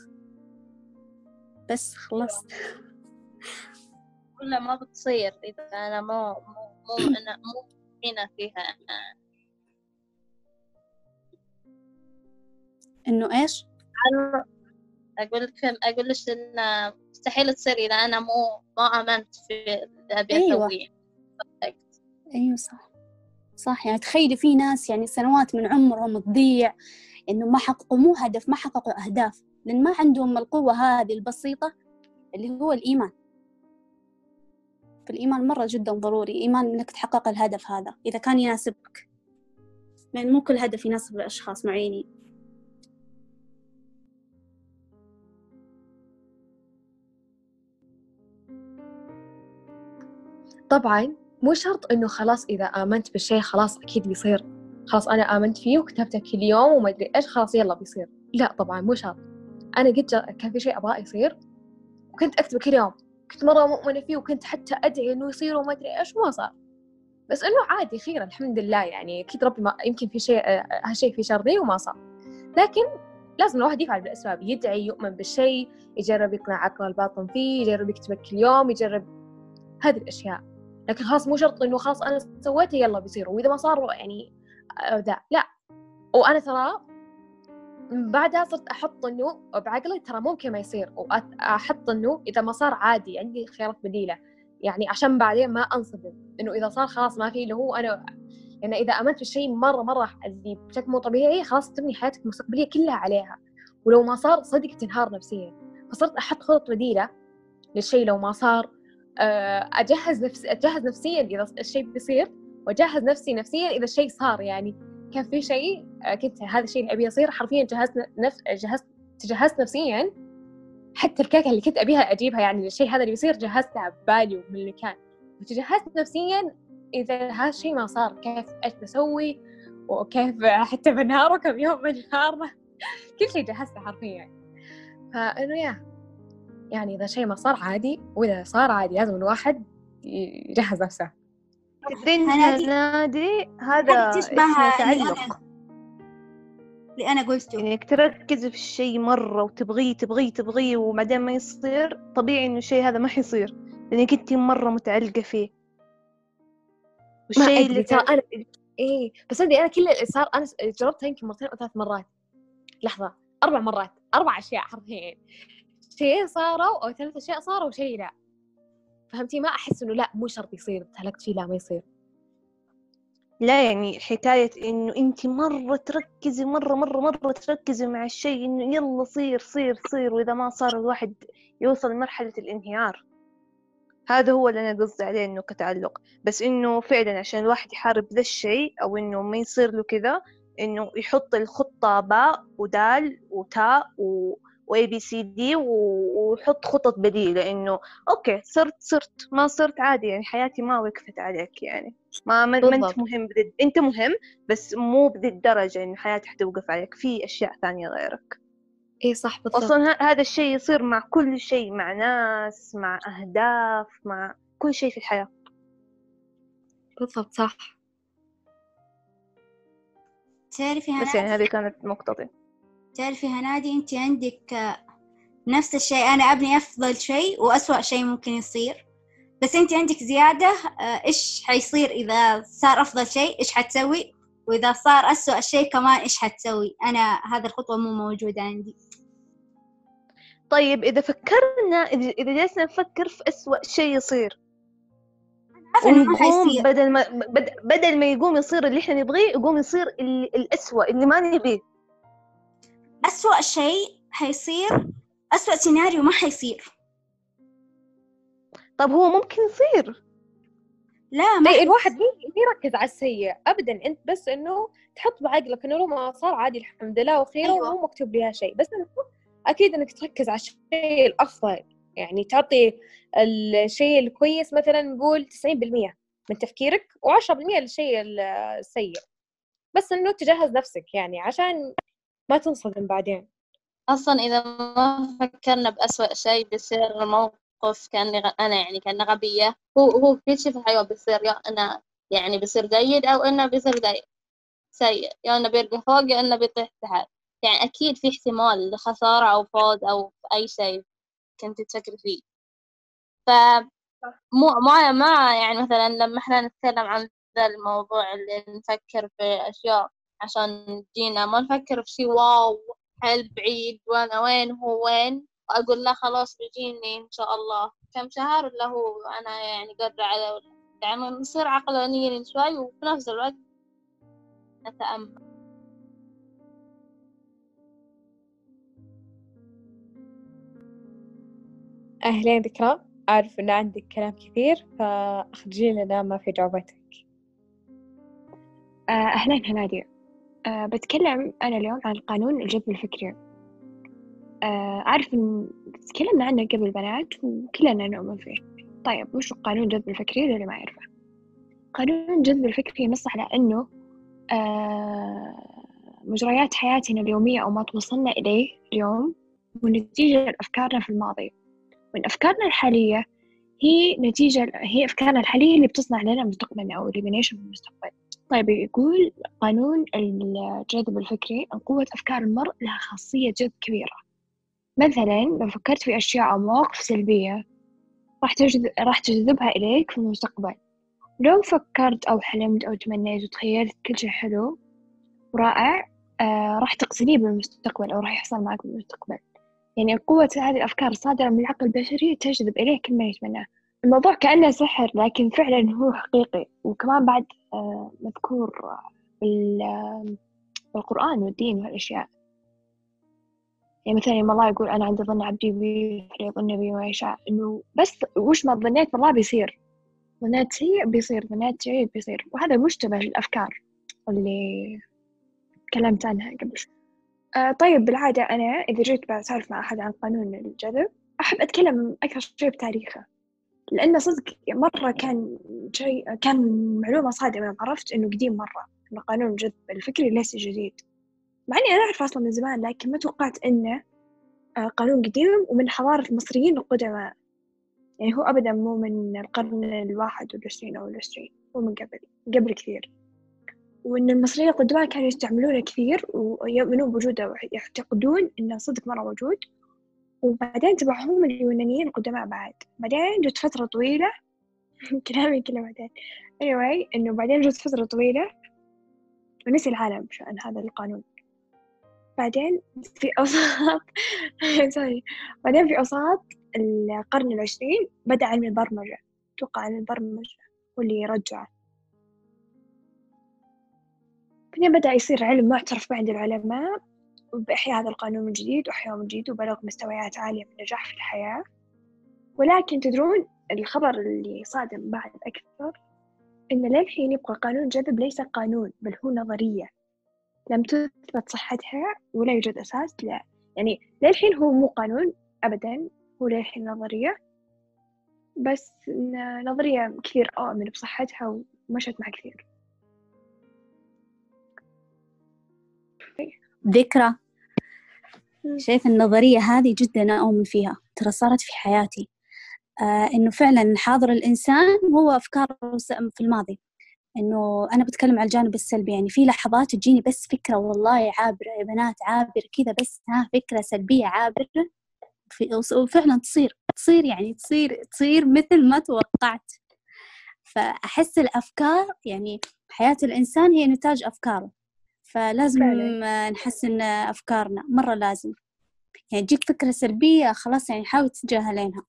بس خلصت. كلها ما بتصير إذا أنا مو مو مو أنا مو هنا فيها أنا. إنه إيش؟ أنا أقول لك أقول لك إن مستحيل تصير إذا أنا مو ما آمنت في اللي أبي أيوة. أسويه. أيوة صح صح. يعني تخيلي في ناس يعني سنوات من عمرهم تضيع إنه ما حققوا مو هدف، ما حققوا أهداف لأن ما عندهم القوة هذه البسيطة اللي هو الإيمان. فالإيمان مرة جدا ضروري، إيمان إنك تحقق الهدف هذا إذا كان يناسبك، يعني مو كل هدف يناسب أشخاص معينين. طبعا مو شرط إنه خلاص إذا آمنت بالشيء خلاص أكيد بيصير، خلاص أنا آمنت فيه وكتبته كل يوم وما أدري إيش خلاص يلا بيصير. لا طبعا مو شرط. أنا قد كان في شيء أبغاه يصير وكنت أكتب كل يوم، كنت مرة مؤمنة فيه وكنت حتى أدعي إنه يصير وما أدري إيش وما صار، بس إنه عادي خير الحمد لله. يعني أكيد ربي ما يمكن في شيء هالشيء في شري وما صار، لكن لازم الواحد يفعل بالأسباب، يدعي، يؤمن بالشيء، يجرب يقنع عقله الباطن فيه، يجرب يكتب كل يوم، يجرب هذه الأشياء. لكن خلاص مو شرط إنه خلاص أنا سويته يلا بيصير وإذا ما صار يعني ذا لا. وأنا ترى بعدها صرت أحط إنه بعقلي ترى ممكن ما يصير، وأحط إنه إذا ما صار عادي عندي خيارات بديلة، يعني عشان بعدين ما أنصدم إنه إذا صار خلاص ما في اللي هو أنا. يعني إذا آمنت بالشيء مرة مرة اللي بشكل مو طبيعي خلاص تبني حياتك المستقبلية كلها عليها، ولو ما صار صدق تنهار نفسيا. فصرت أحط خطط بديلة للشيء لو ما صار، أجهز نفس أجهز نفسيا إذا الشيء بيصير، وأجهز نفسي نفسيا إذا الشيء صار. يعني كان في شيء كنت هذا الشيء اللي أبي يصير حرفيا جهزت نفس جهزت تجهزت نفسيا، حتى الكيكة اللي كنت أبيها أجيبها يعني الشيء هذا اللي بيصير جهزتها ببالي ومن المكان، وتجهزت نفسيا إذا هذا الشيء ما صار كيف إيش بسوي وكيف حتى بنهار وكم يوم بنهار كل شيء جهزته حرفيا. فإنه يا يعني إذا شيء ما صار عادي، وإذا صار عادي لازم الواحد يجهز نفسه. تدرين نادي هذا اسمه تعلق اللي أنا قلته، يعني إنك تركز في الشيء مرة وتبغيه تبغيه تبغيه وبعدين ما يصير، طبيعي إنه الشيء هذا ما حيصير لأنك أنت مرة متعلقة فيه. والشيء اللي ترى أنا إيه بس أدري أنا كل اللي صار أنا جربتها يمكن مرتين أو ثلاث مرات، لحظة أربع مرات أربع أشياء حرفيا، شيء صاروا أو ثلاث أشياء صاروا وشيء لا. فهمتي؟ ما أحس إنه لا مو شرط يصير تعلقت فيه لا ما يصير. لا يعني حكاية إنه أنت مرة تركزي مرة مرة مرة تركزي مع الشيء إنه يلا صير صير صير، وإذا ما صار الواحد يوصل لمرحلة الانهيار. هذا هو اللي أنا قصدي عليه إنه كتعلق. بس إنه فعلا عشان الواحد يحارب ذا الشيء أو إنه ما يصير له كذا، إنه يحط الخطة باء ودال وتاء و و بي سي دي وحط خطط بديلة. إنه أوكي صرت صرت ما صرت عادي، يعني حياتي ما وقفت عليك، يعني ما ما أنت مهم بدي. أنت مهم بس مو بذي الدرجة إنه حياتي حتوقف عليك، في أشياء ثانية غيرك. إيه صح بالضبط. أصلاً هذا الشيء يصير مع كل شيء، مع ناس، مع أهداف، مع كل شيء في الحياة. بالضبط صح. تعرفي بس يعني هذه كانت نقطتي. تعرفي هنادي أنت عندك نفس الشيء، أنا أبني أفضل شيء وأسوأ شيء ممكن يصير، بس أنت عندك زيادة إيش حيصير إذا صار أفضل شيء إيش حتسوي، وإذا صار أسوأ شيء كمان إيش حتسوي. أنا هذا الخطوة مو موجودة عندي. طيب إذا فكرنا إذا جلسنا نفكر في أسوأ شيء يصير، عارفة إنه ما ويقوم حيصير. بدل ما بد- بدل ما يقوم يصير اللي احنا نبغيه، يقوم يصير ال- الأسوأ اللي ما نبيه. أسوأ شيء حيصير، أسوأ سيناريو ما حيصير. طب هو ممكن يصير. لا ما اي حي... الواحد مي يركز على السيء ابدا، انت بس انه تحط بعقلك انه لو ما صار عادي الحمد لله وخيره، أيوة. ومو مكتوب لها شيء، بس انه اكيد انك تركز على الشيء الافضل، يعني تعطي الشيء الكويس مثلا نقول تسعين بالمية من تفكيرك وعشرة بالمية للشيء السيء، بس انه تجهز نفسك يعني عشان ما تنصدم بعدين. أصلا إذا ما فكرنا بأسوأ شيء بيصير الموقف كأني غ... أنا يعني كأني غبية، هو هو كل شيء في الحياة بيصير، يا أنا يعني بيصير جيد أو إنه بيصير جيد سيء، يا إنه بيرقى فوق يا إنه بيطيح تحت، يعني أكيد في احتمال لخسارة أو فوز أو أي شيء كنت تفكر فيه. فمو ما ما يعني مثلا لما إحنا نتكلم عن ذا الموضوع اللي نفكر في أشياء عشان تجينا، ما نفكر في شيء واو حل بعيد وأنا وين هو وين وأقول لا خلاص بيجيني إن شاء الله كم شهر، ولا هو أنا يعني قادرة على، يعني نصير عقلانيين شوي وفي نفس الوقت نتأمل. أهلين ذكرى، أعرف إن عندك كلام كثير فأخرجي لنا ما في جعبتك. آه، أهلين هنادي. أه بتكلم أنا اليوم عن قانون الجذب الفكري. أه أعرف إن تكلمنا عنه قبل بنات وكلنا نؤمن فيه. طيب وش قانون الجذب الفكري للي ما يعرفه؟ قانون الجذب الفكري ينص على أنه أه مجريات حياتنا اليومية أو ما توصلنا إليه اليوم ونتيجة لأفكارنا في الماضي، وإن أفكارنا الحالية هي نتيجة هي أفكارنا الحالية اللي بتصنع لنا مستقبلنا أو اللي بنعيشه في المستقبل. طيب يقول قانون الجذب الفكري أن قوة أفكار المرء لها خاصية جذب كبيرة. مثلا لو فكرت في أشياء أو مواقف سلبية راح تجذب راح تجذبها إليك في المستقبل. لو فكرت أو حلمت أو تمنيت وتخيلت كل شيء حلو ورائع آه راح تقصديه بالمستقبل أو راح يحصل معك بالمستقبل. يعني قوة هذه الأفكار الصادرة من العقل البشري تجذب إليه كل ما يتمناه. الموضوع كأنه سحر لكن فعلا هو حقيقي، وكمان بعد آه مذكور بالقرآن والدين والأشياء. يعني مثلا يوم الله يقول أنا عند ظن عبدي بي فليظن بي ما يشاء، إنه بس وش ما ظنيت بالله بيصير، ظنيت سيء بيصير، ظنيت جيد بيصير. وهذا مشتبه الأفكار اللي تكلمت عنها قبل. آه طيب بالعادة أنا إذا جيت بسولف مع أحد عن قانون الجذب أحب أتكلم أكثر شيء بتاريخه، لأنه صدق مرة كان شيء كان معلومة صادمة. عرفت إنه قديم مرة، إنه قانون الجذب الفكري ليس جديد، مع إني أنا أعرف أصلا من زمان، لكن ما توقعت إنه قانون قديم ومن حضارة المصريين القدماء. يعني هو أبدا مو من القرن الواحد والعشرين أو العشرين، هو من قبل قبل كثير. وإن المصريين القدماء كانوا يستعملونه كثير ويؤمنون بوجوده ويعتقدون إنه صدق مرة موجود. وبعدين تبعهم اليونانيين القدماء بعد. بعدين جت فترة طويلة كلامي كله بعدين anyway إنه بعدين جت فترة طويلة ونسي العالم شأن هذا القانون. بعدين في أوساط سوري بعدين في أوساط القرن العشرين بدأ علم البرمجة. أتوقع علم البرمجة واللي رجعه، بعدين بدأ يصير علم معترف بعد العلماء بإحياء هذا القانون من جديد وإحياء من جديد وبلغ مستويات عالية من النجاح في الحياة. ولكن تدرون الخبر اللي صادم بعد أكثر، إن للحين يبقى قانون الجذب ليس قانون بل هو نظرية لم تثبت صحتها ولا يوجد أساس لا. يعني للحين هو مو قانون أبدا، هو للحين نظرية بس نظرية كثير أؤمن بصحتها ومشت مع كثير. ذكرى شايف النظرية هذه جدا أؤمن فيها، ترى صارت في حياتي. آه إنه فعلا حاضر الإنسان هو أفكاره في الماضي. إنه أنا بتكلم على الجانب السلبي، يعني في لحظات تجيني بس فكرة والله عابرة يا بنات عابرة كذا، بس ها فكرة سلبية عابرة وفعلا تصير تصير يعني تصير تصير مثل ما توقعت. فأحس الأفكار يعني حياة الإنسان هي نتاج أفكاره، فلازم فعلا نحسن أفكارنا مرة لازم. يعني تجيك فكرة سلبية خلاص يعني حاول تتجاهلينها.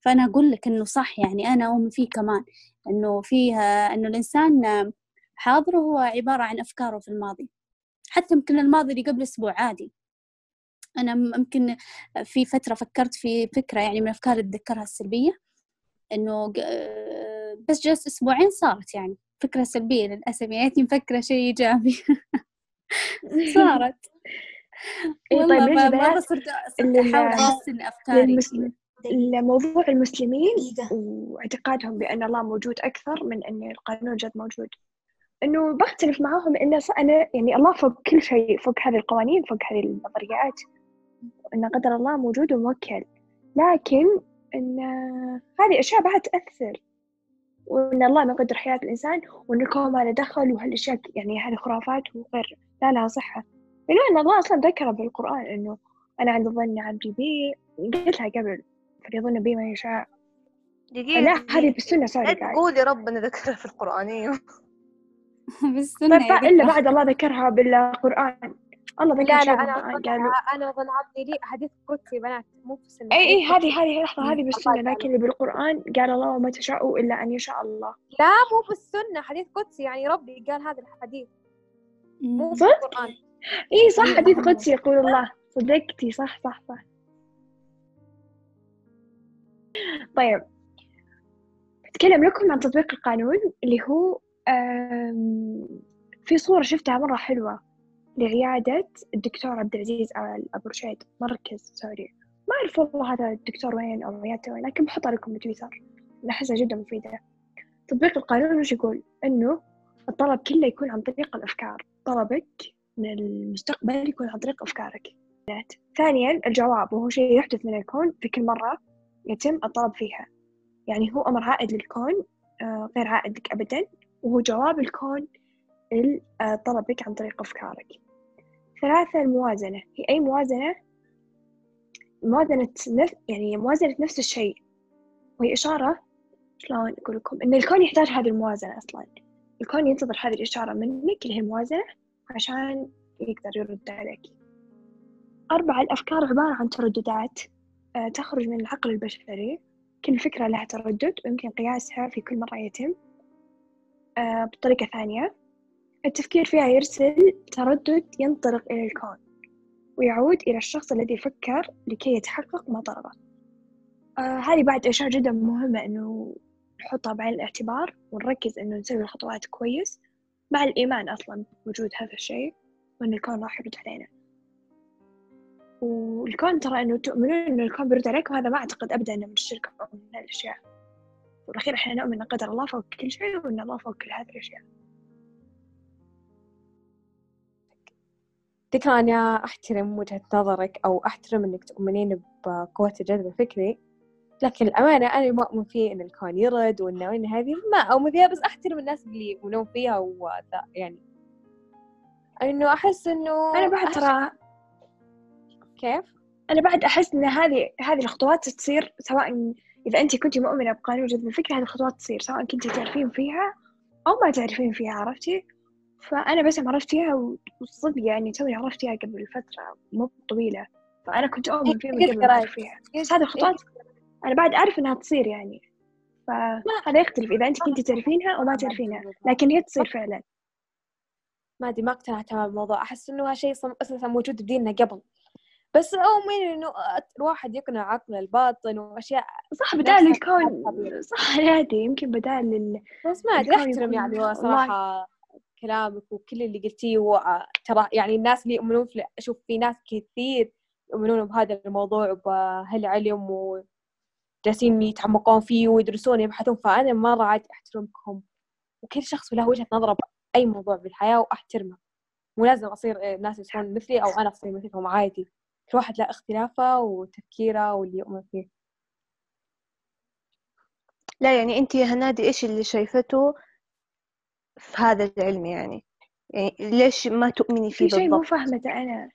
فأنا أقول لك إنه صح، يعني أنا أؤمن فيه كمان إنه فيها إنه الإنسان حاضره هو عبارة عن أفكاره في الماضي، حتى يمكن الماضي اللي قبل أسبوع عادي. أنا ممكن في فترة فكرت في فكرة يعني من الأفكار اللي أتذكرها السلبية، إنه بس جلست أسبوعين صارت يعني فكرة سلبية للأسف، يعني مفكرة شيء إيجابي صارت. إيه والله طيب ليش ما بنات صرت صرت أحاول أحسن أفكاري. للمسلم الموضوع المسلمين واعتقادهم بأن الله موجود أكثر من أن القانون جد موجود، إنه بختلف معاهم إنه أنا يعني الله فوق كل شيء، فوق هذه القوانين، فوق هذه النظريات، إن قدر الله موجود وموكل، لكن إن هذه أشياء بعد تأثر، وإن الله ما قدر حياة الإنسان، وإن الكون ما له دخل، وهالأشياء يعني هذه خرافات وغير لا لها صحة. لأن الله أصلا ذكر بالقرآن إنه أنا عند ظن عبدي بي، قلتها قبل، فليظن بي ما يشاء. دقيقة لا دقيقة. هذه بالسنة سوري لا قاعد تقولي ربنا ذكرها في القرآن. أيوه بالسنة يا إلا ذكرى. بعد الله ذكرها بالقرآن. الله ذكر لا شيء لا أنا بالقرآن أظن قالوا أنا أظن عبدي لي حديث قدسي بنات، مو في السنة. أي حديث أي هذه قدسي. هذه لحظة هذه بالسنة، الله لكن تعالى. اللي بالقرآن قال الله وما تشاءوا إلا أن يشاء الله. لا مو في السنة، حديث قدسي يعني ربي قال هذا الحديث، مو في صدق؟ القرآن. إيه صح، إيه. حديث قدسي يقول الله، صدقتي صح صح صح. طيب أتكلم لكم عن تطبيق القانون، اللي هو آم، في صورة شفتها مرة حلوة لعيادة الدكتور عبد العزيز أبو رشيد، مركز سوري، ما أعرف والله هذا الدكتور وين أو عيادته وين، لكن بحطها لكم بتويتر، أحسها جدا مفيدة. تطبيق القانون وش يقول؟ إنه الطلب كله يكون عن طريق الأفكار، طلبك من المستقبل يكون عن طريق أفكارك. ثانيا الجواب، وهو شيء يحدث من الكون في كل مرة يتم الطلب فيها، يعني هو أمر عائد للكون غير عائد لك أبدا، وهو جواب الكون طلبك عن طريق أفكارك. ثلاثة الموازنة، هي أي موازنة؟ موازنة نفس يعني موازنة نفس الشيء، وهي إشارة شلون أقول لكم إن الكون يحتاج هذه الموازنة أصلا، الكون ينتظر هذه الإشارة منك اللي هي الموازنة عشان يقدر يرد عليك. أربعة الأفكار عبارة عن ترددات تخرج من العقل البشري، كل فكرة لها تردد ويمكن قياسها في كل مرة يتم بطريقة ثانية. التفكير فيها يرسل تردد ينطلق إلى الكون ويعود إلى الشخص الذي فكر لكي يتحقق ما طلبه. آه هذه بعد أشياء جدا مهمة إنه نحطها بعين الاعتبار، ونركز إنه نسوي الخطوات كويس مع الإيمان أصلا بوجود هذا الشيء وإن الكون راح يرد علينا. والكون ترى إنه تؤمنون إنه الكون بيرد عليكم، هذا ما أعتقد أبدا إنه من الشرك أو من الأشياء. والأخير إحنا نؤمن أن قدر الله فوق كل شيء وإن الله فوق كل هذه الأشياء. فكرة أنا أحترم وجهة نظرك أو أحترم إنك تؤمنين بقوة الجذب الفكري، لكن الأمانة أنا ما أؤمن فيه إن الكون يرد وإنه إن هذه ما أؤمن فيها، بس أحترم الناس اللي يؤمنون فيها وذا يعني إنه أحس إنه أنا بعد ترى كيف أنا بعد أحس إن هذه هذه الخطوات تصير، سواء إذا أنت كنتي مؤمنة بقانون جذب الفكرة هذه الخطوات تصير سواء كنتي تعرفين فيها أو ما تعرفين فيها، عرفتي؟ فأنا بس عرفتيها والصدق يعني توي عرفتيها قبل فترة مو طويلة، فأنا كنت أؤمن فيها من قبل ما أعرف فيها، بس هذه الخطوات أنا بعد أعرف إنها تصير يعني، فهذا يختلف إذا أنت كنتي تعرفينها أو ما تعرفينها، لكن هي تصير فعلا. ما أدري ما اقتنعت تمام بالموضوع، أحس إنه هالشيء أساسا موجود بديننا قبل، بس أؤمن إنه الواحد يقنع عقله الباطن وأشياء صح بدال الكون صح عادي يمكن بدال ال... بس ما أدري أحترم يعني صراحة كلامك وكل اللي قلتيه، وترى يعني الناس اللي يؤمنون في، أشوف في ناس كثير يؤمنون بهذا الموضوع وبهالعلم وجالسين يتعمقون فيه ويدرسون يبحثون، فأنا مرة عاد أحترمكم وكل شخص له وجهة نظره بأي موضوع بالحياة وأحترمه، مو لازم أصير ناس يصيرون مثلي أو أنا أصير مثلهم، عادي كل واحد له اختلافه وتفكيره واللي يؤمن فيه. لا يعني أنت يا هنادي إيش اللي شايفته في هذا العلم يعني؟ يعني ليش ما تؤمني فيه بالضبط؟ في شيء مو فاهمته أنا،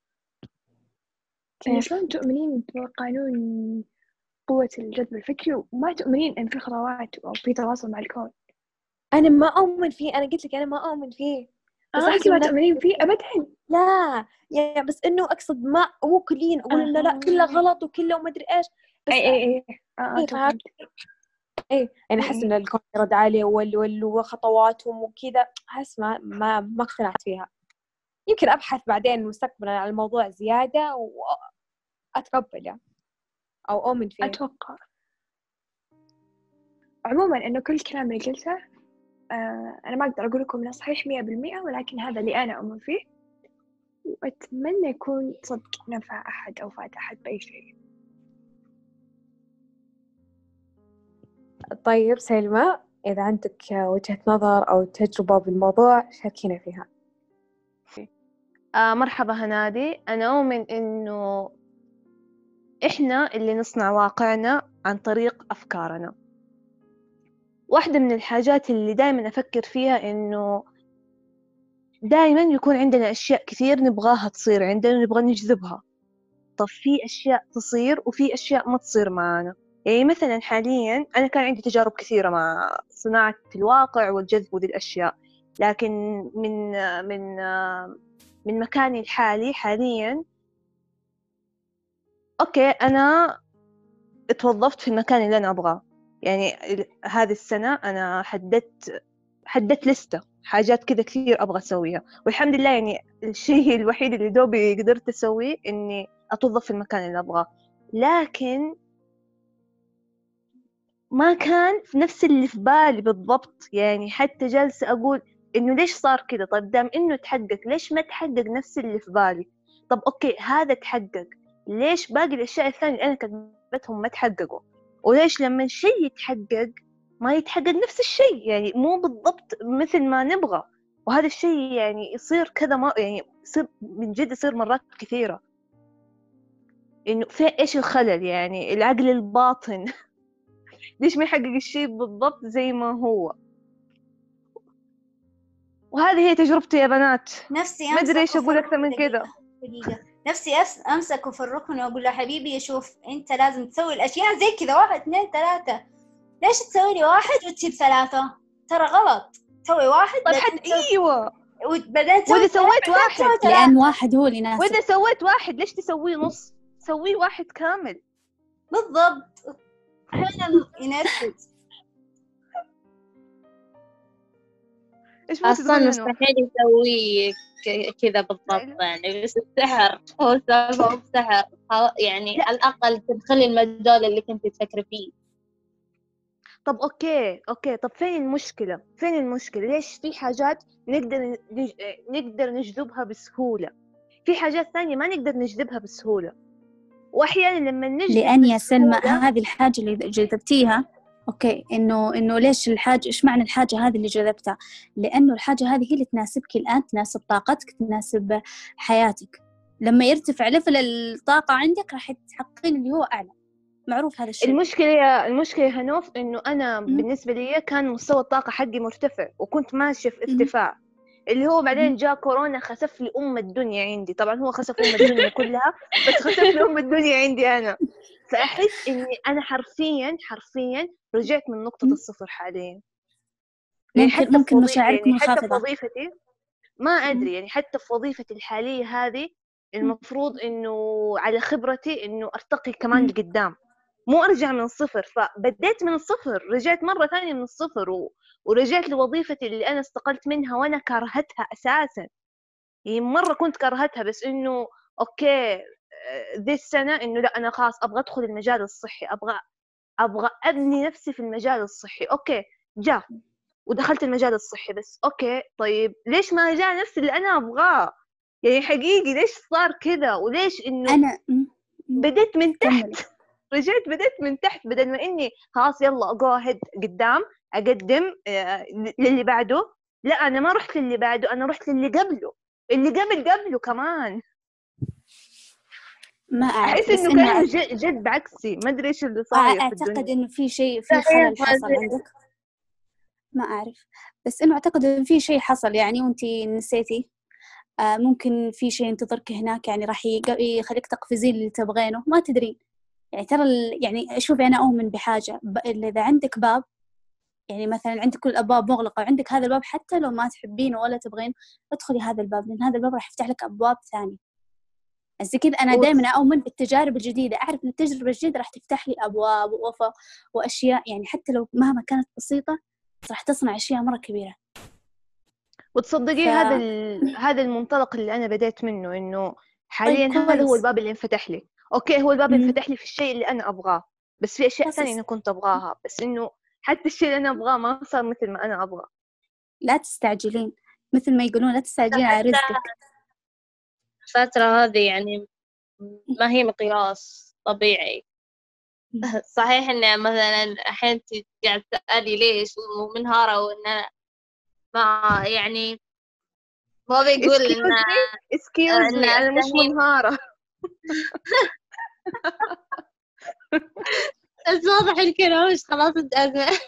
إن شلون تؤمنين بقانون قوة الجذب الفكري وما تؤمنين إن في خطوات أو في تواصل مع الكون؟ أنا ما أؤمن فيه، أنا قلت لك أنا ما أؤمن فيه، بس آه أنت ما تؤمنين فيه أبداً. لا يعني بس إنه أقصد ما مو كليا أقول إنه لا كله غلط وكله وما أدري إيش بس اي اي اي اه إيه فهمت إيه يعني أحس إن الكون يرد عليه وال وال وخطواتهم وكذا أحس ما ما ما اقتنعت فيها. يمكن أبحث بعدين مستقبلا عن الموضوع زيادة وأتقبله أو أؤمن فيه. اتوقع عموما انه كل كلام اللي قلته آه انا ما اقدر اقول لكم انه صحيح مية بالمية، ولكن هذا اللي انا اؤمن فيه، واتمنى يكون صدق نفع احد او فات احد باي شيء. طيب سلمى، إذا عندك وجهة نظر أو تجربة بالموضوع شاركينا فيها. آه مرحبا هنادي. أنا أؤمن إنه إحنا اللي نصنع واقعنا عن طريق أفكارنا. واحدة من الحاجات اللي دايما أفكر فيها إنه دايما يكون عندنا أشياء كثير نبغاها تصير عندنا نبغى نجذبها. طب في أشياء تصير وفي أشياء ما تصير معنا. يعني مثلا حاليا أنا كان عندي تجارب كثيرة مع صناعة الواقع والجذب وذي الأشياء، لكن من من من مكاني الحالي حاليا أوكي أنا اتوظفت في المكان اللي أنا أبغاه. يعني هذه السنة أنا حددت حددت لستة حاجات كذا كثير أبغى أسويها، والحمد لله يعني الشيء الوحيد اللي دوبي قدرت أسويه إني أتوظف في المكان اللي أبغاه، لكن ما كان في نفس اللي في بالي بالضبط. يعني حتى جالسة أقول إنه ليش صار كذا؟ طيب دام إنه تحقق ليش ما تحقق نفس اللي في بالي؟ طب أوكي هذا تحقق، ليش باقي الأشياء الثانية اللي أنا كتبتهم ما تحققوا؟ وليش لما الشيء يتحقق ما يتحقق نفس الشيء؟ يعني مو بالضبط مثل ما نبغى. وهذا الشيء يعني يصير كذا ما يعني يصير من جد يصير مرات كثيرة. إنه في إيش الخلل؟ يعني العقل الباطن ليش ما يحقق الشيء بالضبط زي ما هو؟ وهذه هي تجربتي يا بنات. نفسي ما أدري أمسكه إيش في أقول أكثر من الركن. كذا. دقيقة دقيقة نفسي أس- أمسكه في الركن وأقول له حبيبي شوف أنت لازم تسوي الأشياء زي كذا، واحد اثنين ثلاثة. ليش تسوي لي واحد وتسيب ثلاثة؟ ترى غلط. تسوي واحد طيب بعدين حتى تسوي- أيوة، وبعدين تسوي وإذا ثلاثة، سويت بعدين واحد تسوي ثلاثة. لأن واحد هو اللي يناسب. وإذا سويت واحد ليش تسويه نص؟ سويه واحد كامل. بالضبط. أحيانا ينرفز. إيش ما أصلا تقولونه؟ مستحيل يسوي ك- كذا بالضبط يعني، بس السحر هو السالفة هو السحر يعني. لا. على الأقل تدخلي المجال اللي كنت تفكري فيه. طب أوكي أوكي طب فين المشكلة؟ فين المشكلة؟ ليش في حاجات نقدر نج... نقدر نجذبها بسهولة، في حاجات ثانية ما نقدر نجذبها بسهولة؟ وأحيانا لما نجذب لأن يا سلمى بسهولة... هذه الحاجة اللي جذبتيها أوكي، إنه إنه ليش الحاجة، إيش معنى الحاجة هذه اللي جذبتها؟ لأنه الحاجة هذه هي اللي تناسبك الآن، تناسب طاقتك، تناسب حياتك. لما يرتفع ليفل الطاقة عندك راح تحققين اللي هو أعلى، معروف هذا الشيء. المشكلة يا المشكلة يا هنوف إنه أنا م- بالنسبة لي كان مستوى الطاقة حقي مرتفع وكنت ماشية في م- ارتفاع، اللي هو بعدين م- جاء كورونا خسف لي أم الدنيا عندي. طبعا هو خسف أم الدنيا كلها بس خسف لي أم الدنيا عندي أنا. فأحس إني أنا حرفيا حرفيا رجعت من نقطة م- الصفر حاليا. يعني ممكن حتى في ممكن وظي... مشاعرك يعني حتى في منخفضة. وظيفتي ما م- أدري، يعني حتى في وظيفتي الحالية هذه م- المفروض إنه على خبرتي إنه أرتقي كمان م- لقدام، مو أرجع من الصفر. فبديت من الصفر، رجعت مرة ثانية من الصفر و... ورجعت لوظيفتي اللي أنا استقلت منها وأنا كرهتها أساساً. يعني مرة كنت كرهتها، بس إنه أوكي ذي السنة إنه لا أنا خلاص أبغى أدخل المجال الصحي، أبغى أبغى أبني نفسي في المجال الصحي. أوكي جاء ودخلت المجال الصحي، بس أوكي طيب ليش ما جاء نفس اللي أنا أبغاه؟ يعني حقيقي ليش صار كذا؟ وليش إنه أنا م- م- بديت من كملي. تحت رجعت بديت من تحت، بدل ما إني خلاص يلا أجو أهد قدام أقدم آه، للي بعده. لا أنا ما رحت للي بعده، أنا رحت للي قبله، اللي قبل قبله كمان. ما أعرف، أحس بس إنه إنه كانه أعت- جد, جد بعكسي، ما أدري إيش اللي صاير في أعتقد الدنيا. إنه في شيء، في خلل حصل عندك. ما أعرف، بس إنه أعتقد إنه في شيء حصل يعني وأنتي نسيتي. آه ممكن في شيء ينتظرك هناك، يعني راح يق- يخليك تقفزين اللي تبغينه، ما تدرين. يعني ترى ال- يعني شوفي أنا أؤمن بحاجة، ب- إذا عندك باب يعني مثلا عندك كل الأبواب مغلقة وعندك هذا الباب حتى لو ما تحبينه ولا تبغين ادخلي هذا الباب، لأن هذا الباب راح يفتح لك أبواب ثانية. بس كذا أنا دائما أؤمن بالتجارب الجديدة، أعرف إن التجربة الجديدة راح تفتح لي أبواب وأفق وأشياء، يعني حتى لو مهما كانت بسيطة راح تصنع أشياء مرة كبيرة. وتصدقي ف... هذا ال... هذا المنطلق اللي أنا بديت منه، إنه حاليا طيب هذا هو كويس. الباب اللي انفتح لي. أوكي، هو الباب مم. انفتح لي في الشيء اللي أنا أبغاه، بس في أشياء بس ثانية أنا كنت أبغاها، بس إنه حتى الشيء اللي أنا أبغاه ما صار مثل ما أنا أبغى. لا تستعجلين، مثل ما يقولون لا تستعجلين على رزقك. الفترة هذه يعني ما هي مقياس طبيعي. صحيح إن مثلا الحين قاعد تسألي ليش ومنهارة، وإن أنا ما يعني ما بيقول إن excuse إن me أنا مش أستهين، منهارة. بس واضح الكلام مش خلاص أزمة.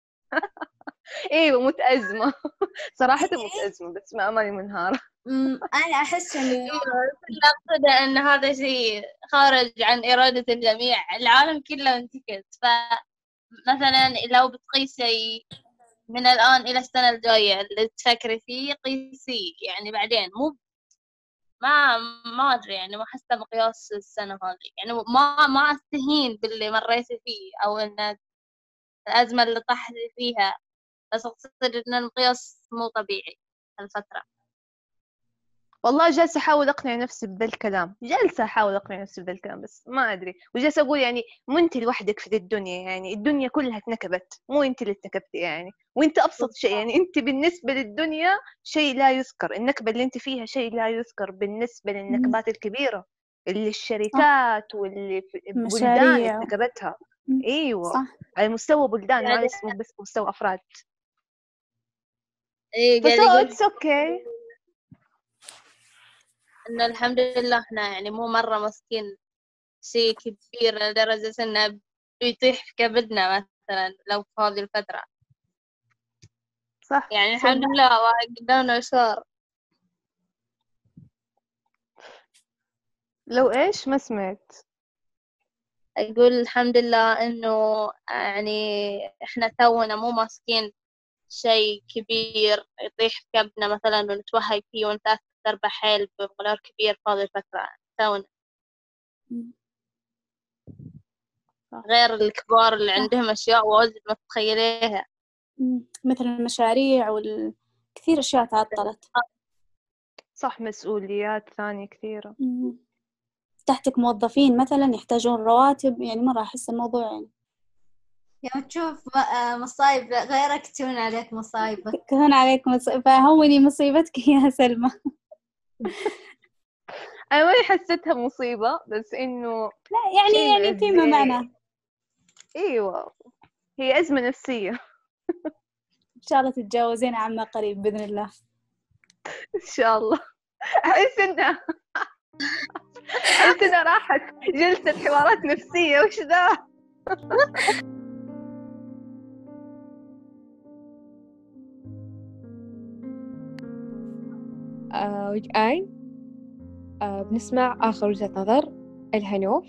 ايوه متأزمة. صراحة متأزمة، بس ما ماني منهارة. أنا أحس إنه اللي أقصده إن هذا شيء خارج عن إرادة الجميع، العالم كله انتكس. فمثلا لو بتقيسي من الآن إلى السنة الجاية اللي تفكري فيه، قيسي يعني بعدين، مو ما ما أدري يعني ما حاسة مقياس السنة هذه، يعني ما ما أستهين باللي مريتي فيه أو إن الأزمة اللي طحتي فيها، بس أقصد إن المقياس مو طبيعي هالفترة. والله جالسة أحاول أقنع نفسي بذا الكلام، جالسة أحاول أقنع نفسي بذا الكلام، بس ما أدري. وجالسة أقول يعني مو أنت لوحدك في الدنيا، يعني الدنيا كلها اتنكبت، مو أنت اللي اتنكبتي يعني. وأنت أبسط شيء، يعني أنت بالنسبة للدنيا شيء لا يذكر، النكبة اللي أنت فيها شيء لا يذكر بالنسبة للنكبات الكبيرة اللي الشركات واللي في بلدان مشاريع. اتنكبتها. أيوة، صح. على مستوى بلدان، ما يعني اسمه بس مستوى أفراد. إيه قاعد فسو يقول اتس اوكي. إنه الحمد لله إحنا يعني مو مرة مسكين شيء كبير لدرجة إنه بيطيح في كبدنا مثلا لو في هذه الفترة. صح يعني الحمد صدق. لله واحد قدامنا شهر. لو ايش ما سمعت. أقول الحمد لله إنه يعني إحنا تونا مو ماسكين شيء كبير يطيح في كبدنا مثلا ونتوهق فيه ونتأثر بحيل بغلار كبير في هذه الفترة تونا، غير الكبار اللي عندهم أشياء واجد ما تتخيليها، مثل المشاريع والكثير أشياء تعطلت. صح، مسؤوليات ثانية كثيرة. تحتك موظفين مثلا يحتاجون رواتب، يعني مرة أحس الموضوع يعني يوم تشوف مصايب غيرك تهون عليك مصايبك. كهون عليك مصيبة، فهوني مصيبتك يا سلمى. أنا ما حسيتها مصيبة، بس إنه لا يعني شيء يعني فيما مأذي. معنى. أيوة، هي أزمة نفسية. إن شاء الله تتجاوزين عما قريب بإذن الله. إن شاء الله. أحس إنها أحس إنها راحت جلسة حوارات نفسية، وش ذا؟ آه والآن آه بنسمع آخر وجهة نظر الهنوف.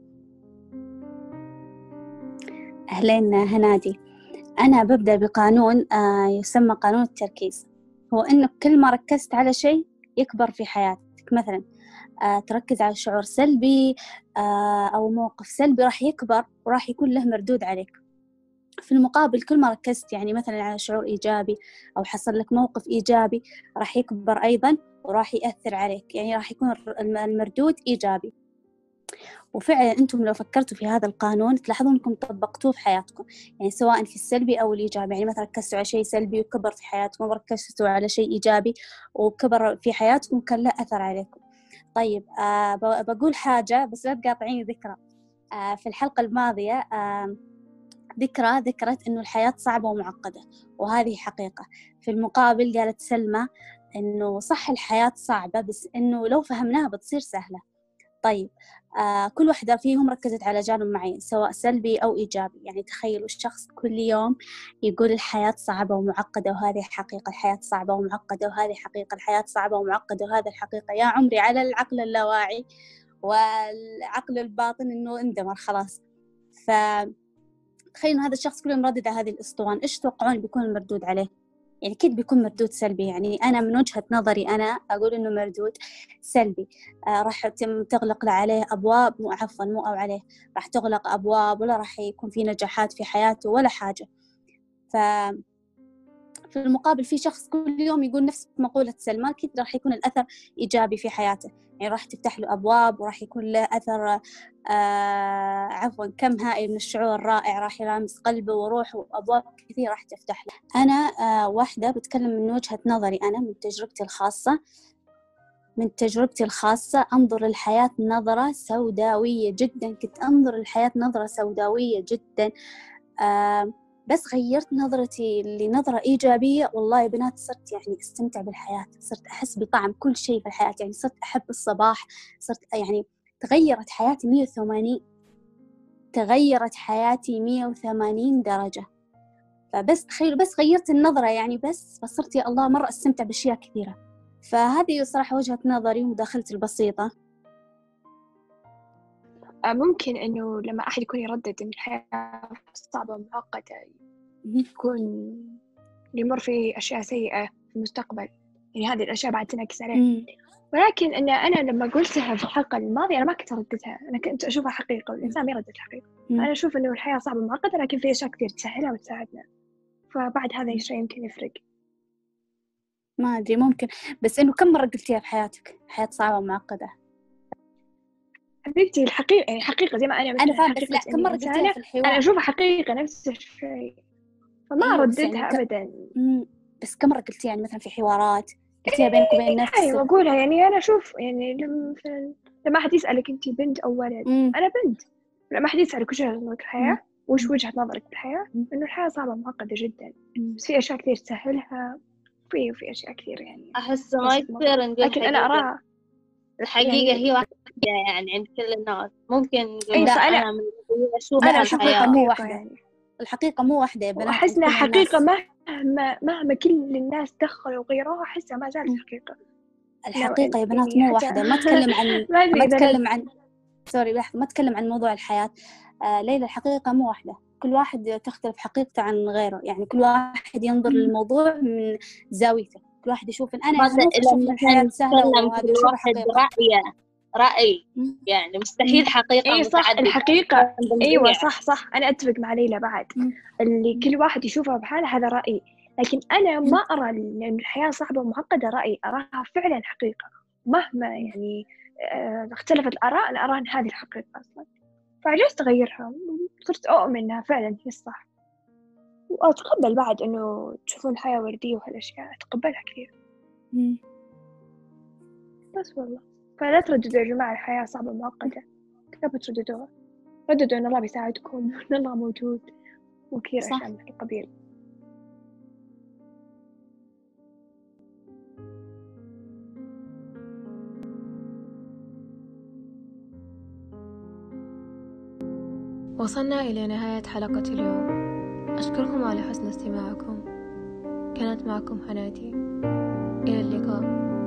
أهلين هنادي. أنا ببدأ بقانون آه يسمى قانون التركيز، هو إنه كل ما ركزت على شيء يكبر في حياتك. مثلا آه تركز على شعور سلبي آه أو موقف سلبي راح يكبر وراح يكون له مردود عليك. في المقابل كل ما ركزت يعني مثلا على شعور إيجابي أو حصل لك موقف إيجابي راح يكبر أيضا وراح يأثر عليك، يعني راح يكون المردود إيجابي. وفعلا أنتم لو فكرتوا في هذا القانون تلاحظون أنكم طبقتوه في حياتكم، يعني سواء في السلبي أو الإيجابي. يعني مثلا ركزتوا على شيء سلبي وكبر في حياتكم، وركزتوا على شيء إيجابي وكبر في حياتكم كان له أثر عليكم. طيب آه بقول حاجة بس لا تقاطعيني. ذكرى آه في الحلقة الماضية آه ذكرى ذكرت إنه الحياة صعبة ومعقدة، وهذه حقيقة. في المقابل قالت سلمى إنه صح الحياة صعبة بس إنه لو فهمناها بتصير سهلة. طيب آه كل واحدة فيهم ركزت على جانب معين سواء سلبي أو إيجابي. يعني تخيلوا الشخص كل يوم يقول الحياة صعبة ومعقدة وهذه حقيقة، الحياة صعبة ومعقدة وهذه حقيقة، الحياة صعبة ومعقدة وهذه الحقيقة. يا عمري على العقل اللاواعي والعقل الباطن إنه اندمر خلاص. ف تخيلوا هذا الشخص كل يوم ردد على هذه الأسطوانة، إيش تتوقعون بيكون المردود عليه؟ يعني أكيد بيكون مردود سلبي. يعني أنا من وجهة نظري أنا أقول إنه مردود سلبي. آه راح تغلق عليه أبواب، مو عفوا مو أو عليه راح تغلق أبواب، ولا راح يكون في نجاحات في حياته ولا حاجة. ف في المقابل في شخص كل يوم يقول نفس مقولة سلمى، أكيد راح يكون الأثر إيجابي في حياته، يعني راح تفتح له أبواب وراح يكون له أثر آه عفوا كم هائل من الشعور الرائع راح يلامس قلبه وروحه، وأبواب كثير راح تفتح له. أنا آه واحدة بتكلم من وجهة نظري أنا، من تجربتي الخاصة من تجربتي الخاصة أنظر للحياة نظرة سوداوية جدا. كنت أنظر للحياة نظرة سوداوية جدا، آه بس غيرت نظرتي لنظرة إيجابية. والله يا بنات صرت يعني استمتع بالحياة، صرت أحس بطعم كل شيء في الحياة، يعني صرت أحب الصباح، صرت يعني تغيرت حياتي مية وثمانين تغيرت حياتي مية وثمانين درجة. فبس تخيلوا بس غيرت النظرة يعني بس فصرت يا الله مرة أستمتع بأشياء كثيرة. فهذه صراحة وجهة نظري ومداخلتي البسيطة. ممكن إنه لما أحد يكون يردد إن الحياة صعبة ومعقدة يكون يمر في أشياء سيئة في المستقبل، يعني هذه الأشياء بعد تنعكس عليه. ولكن إن أنا لما قلتها في الحلقة الماضية أنا ما كنت أرددها، أنا كنت أشوفها حقيقة، والإنسان ما يردد الحقيقة. أنا أشوف إنه الحياة صعبة ومعقدة لكن في أشياء كثير تسهلها وتساعدنا، فبعد هذا الشيء يمكن يفرق. ما أدري ممكن، بس إنه كم مرة قلتيها في حياتك حياة صعبة ومعقدة؟ حبيبتي الحقيقة يعني حقيقة زي ما أنا أنا فاهم، بس لا كم مرة قلتيها في الحوار؟ أنا أشوفها حقيقة نفس الشيء، فما أيوة رددها يعني أبدا. ك... بس كم مرة قلتيها يعني مثلا في حوارات قلتيها بينك وبين نفسك؟ أيوة أقولها، يعني أنا أشوف يعني لما لما أحد يسألك أنت بنت أو ولد، مم. أنا بنت، لما أحد يسألك وش وجهة نظرك الحياة، مم. وش وجهة نظرك بالحياة، مم. إنه الحياة صعبة ومعقدة جدا، مم. بس في أشياء كثير تسهلها، وفي وفي أشياء كثير يعني. أحس ما يصير نقول لكن أنا أراها الحقيقة يعني هي واحدة يعني عند كل الناس. ممكن نقول أي لا فأنا أنا من أشوف أنا الحياة الحقيقة مو واحدة يعني. الحقيقة مو واحدة يا بنات. وأحس إنها حقيقة مهما مهما كل الناس دخلوا وغيروها أحسها ما زالت حقيقة. الحقيقة يا بنات يعني مو واحدة. ما أتكلم عن ما ما أتكلم عن سوري لحظة، ما أتكلم عن موضوع الحياة. آه ليلى الحقيقة مو واحدة، كل واحد تختلف حقيقته عن غيره، يعني كل واحد ينظر للموضوع من زاويته، كل واحد يشوف إن أنا هنوف أشوف إن الحياة سهلة وهذا يشوفها حقيقة. رأيه رأي يعني مستحيل حقيقة إيه صح متعددة. الحقيقة أيوة صح صح أنا أتفق مع ليلى بعد م. اللي كل واحد يشوفها بحاله هذا رأيي، لكن أنا ما أرى إن الحياة صعبة ومعقدة رأيي، أراها فعلا حقيقة مهما يعني اه اختلفت الآراء، أنا أراها هذه الحقيقة أصلا، فعجزت أغيرها، صرت أؤمن إنها فعلا هي الصح، وأتقبل بعد إنه تشوفون الحياة وردية وهالأشياء أتقبلها كثير. م. بس والله فلا ترددوا يا جماعة الحياة صعبة ومعقدة، لا بترددوها، رددوا إن الله بيساعدكم وإن الله موجود وكثير أشياء من القبيل. وصلنا إلى نهاية حلقة اليوم، أشكركم على حسن استماعكم. كانت معكم حناتي، إلى اللقاء.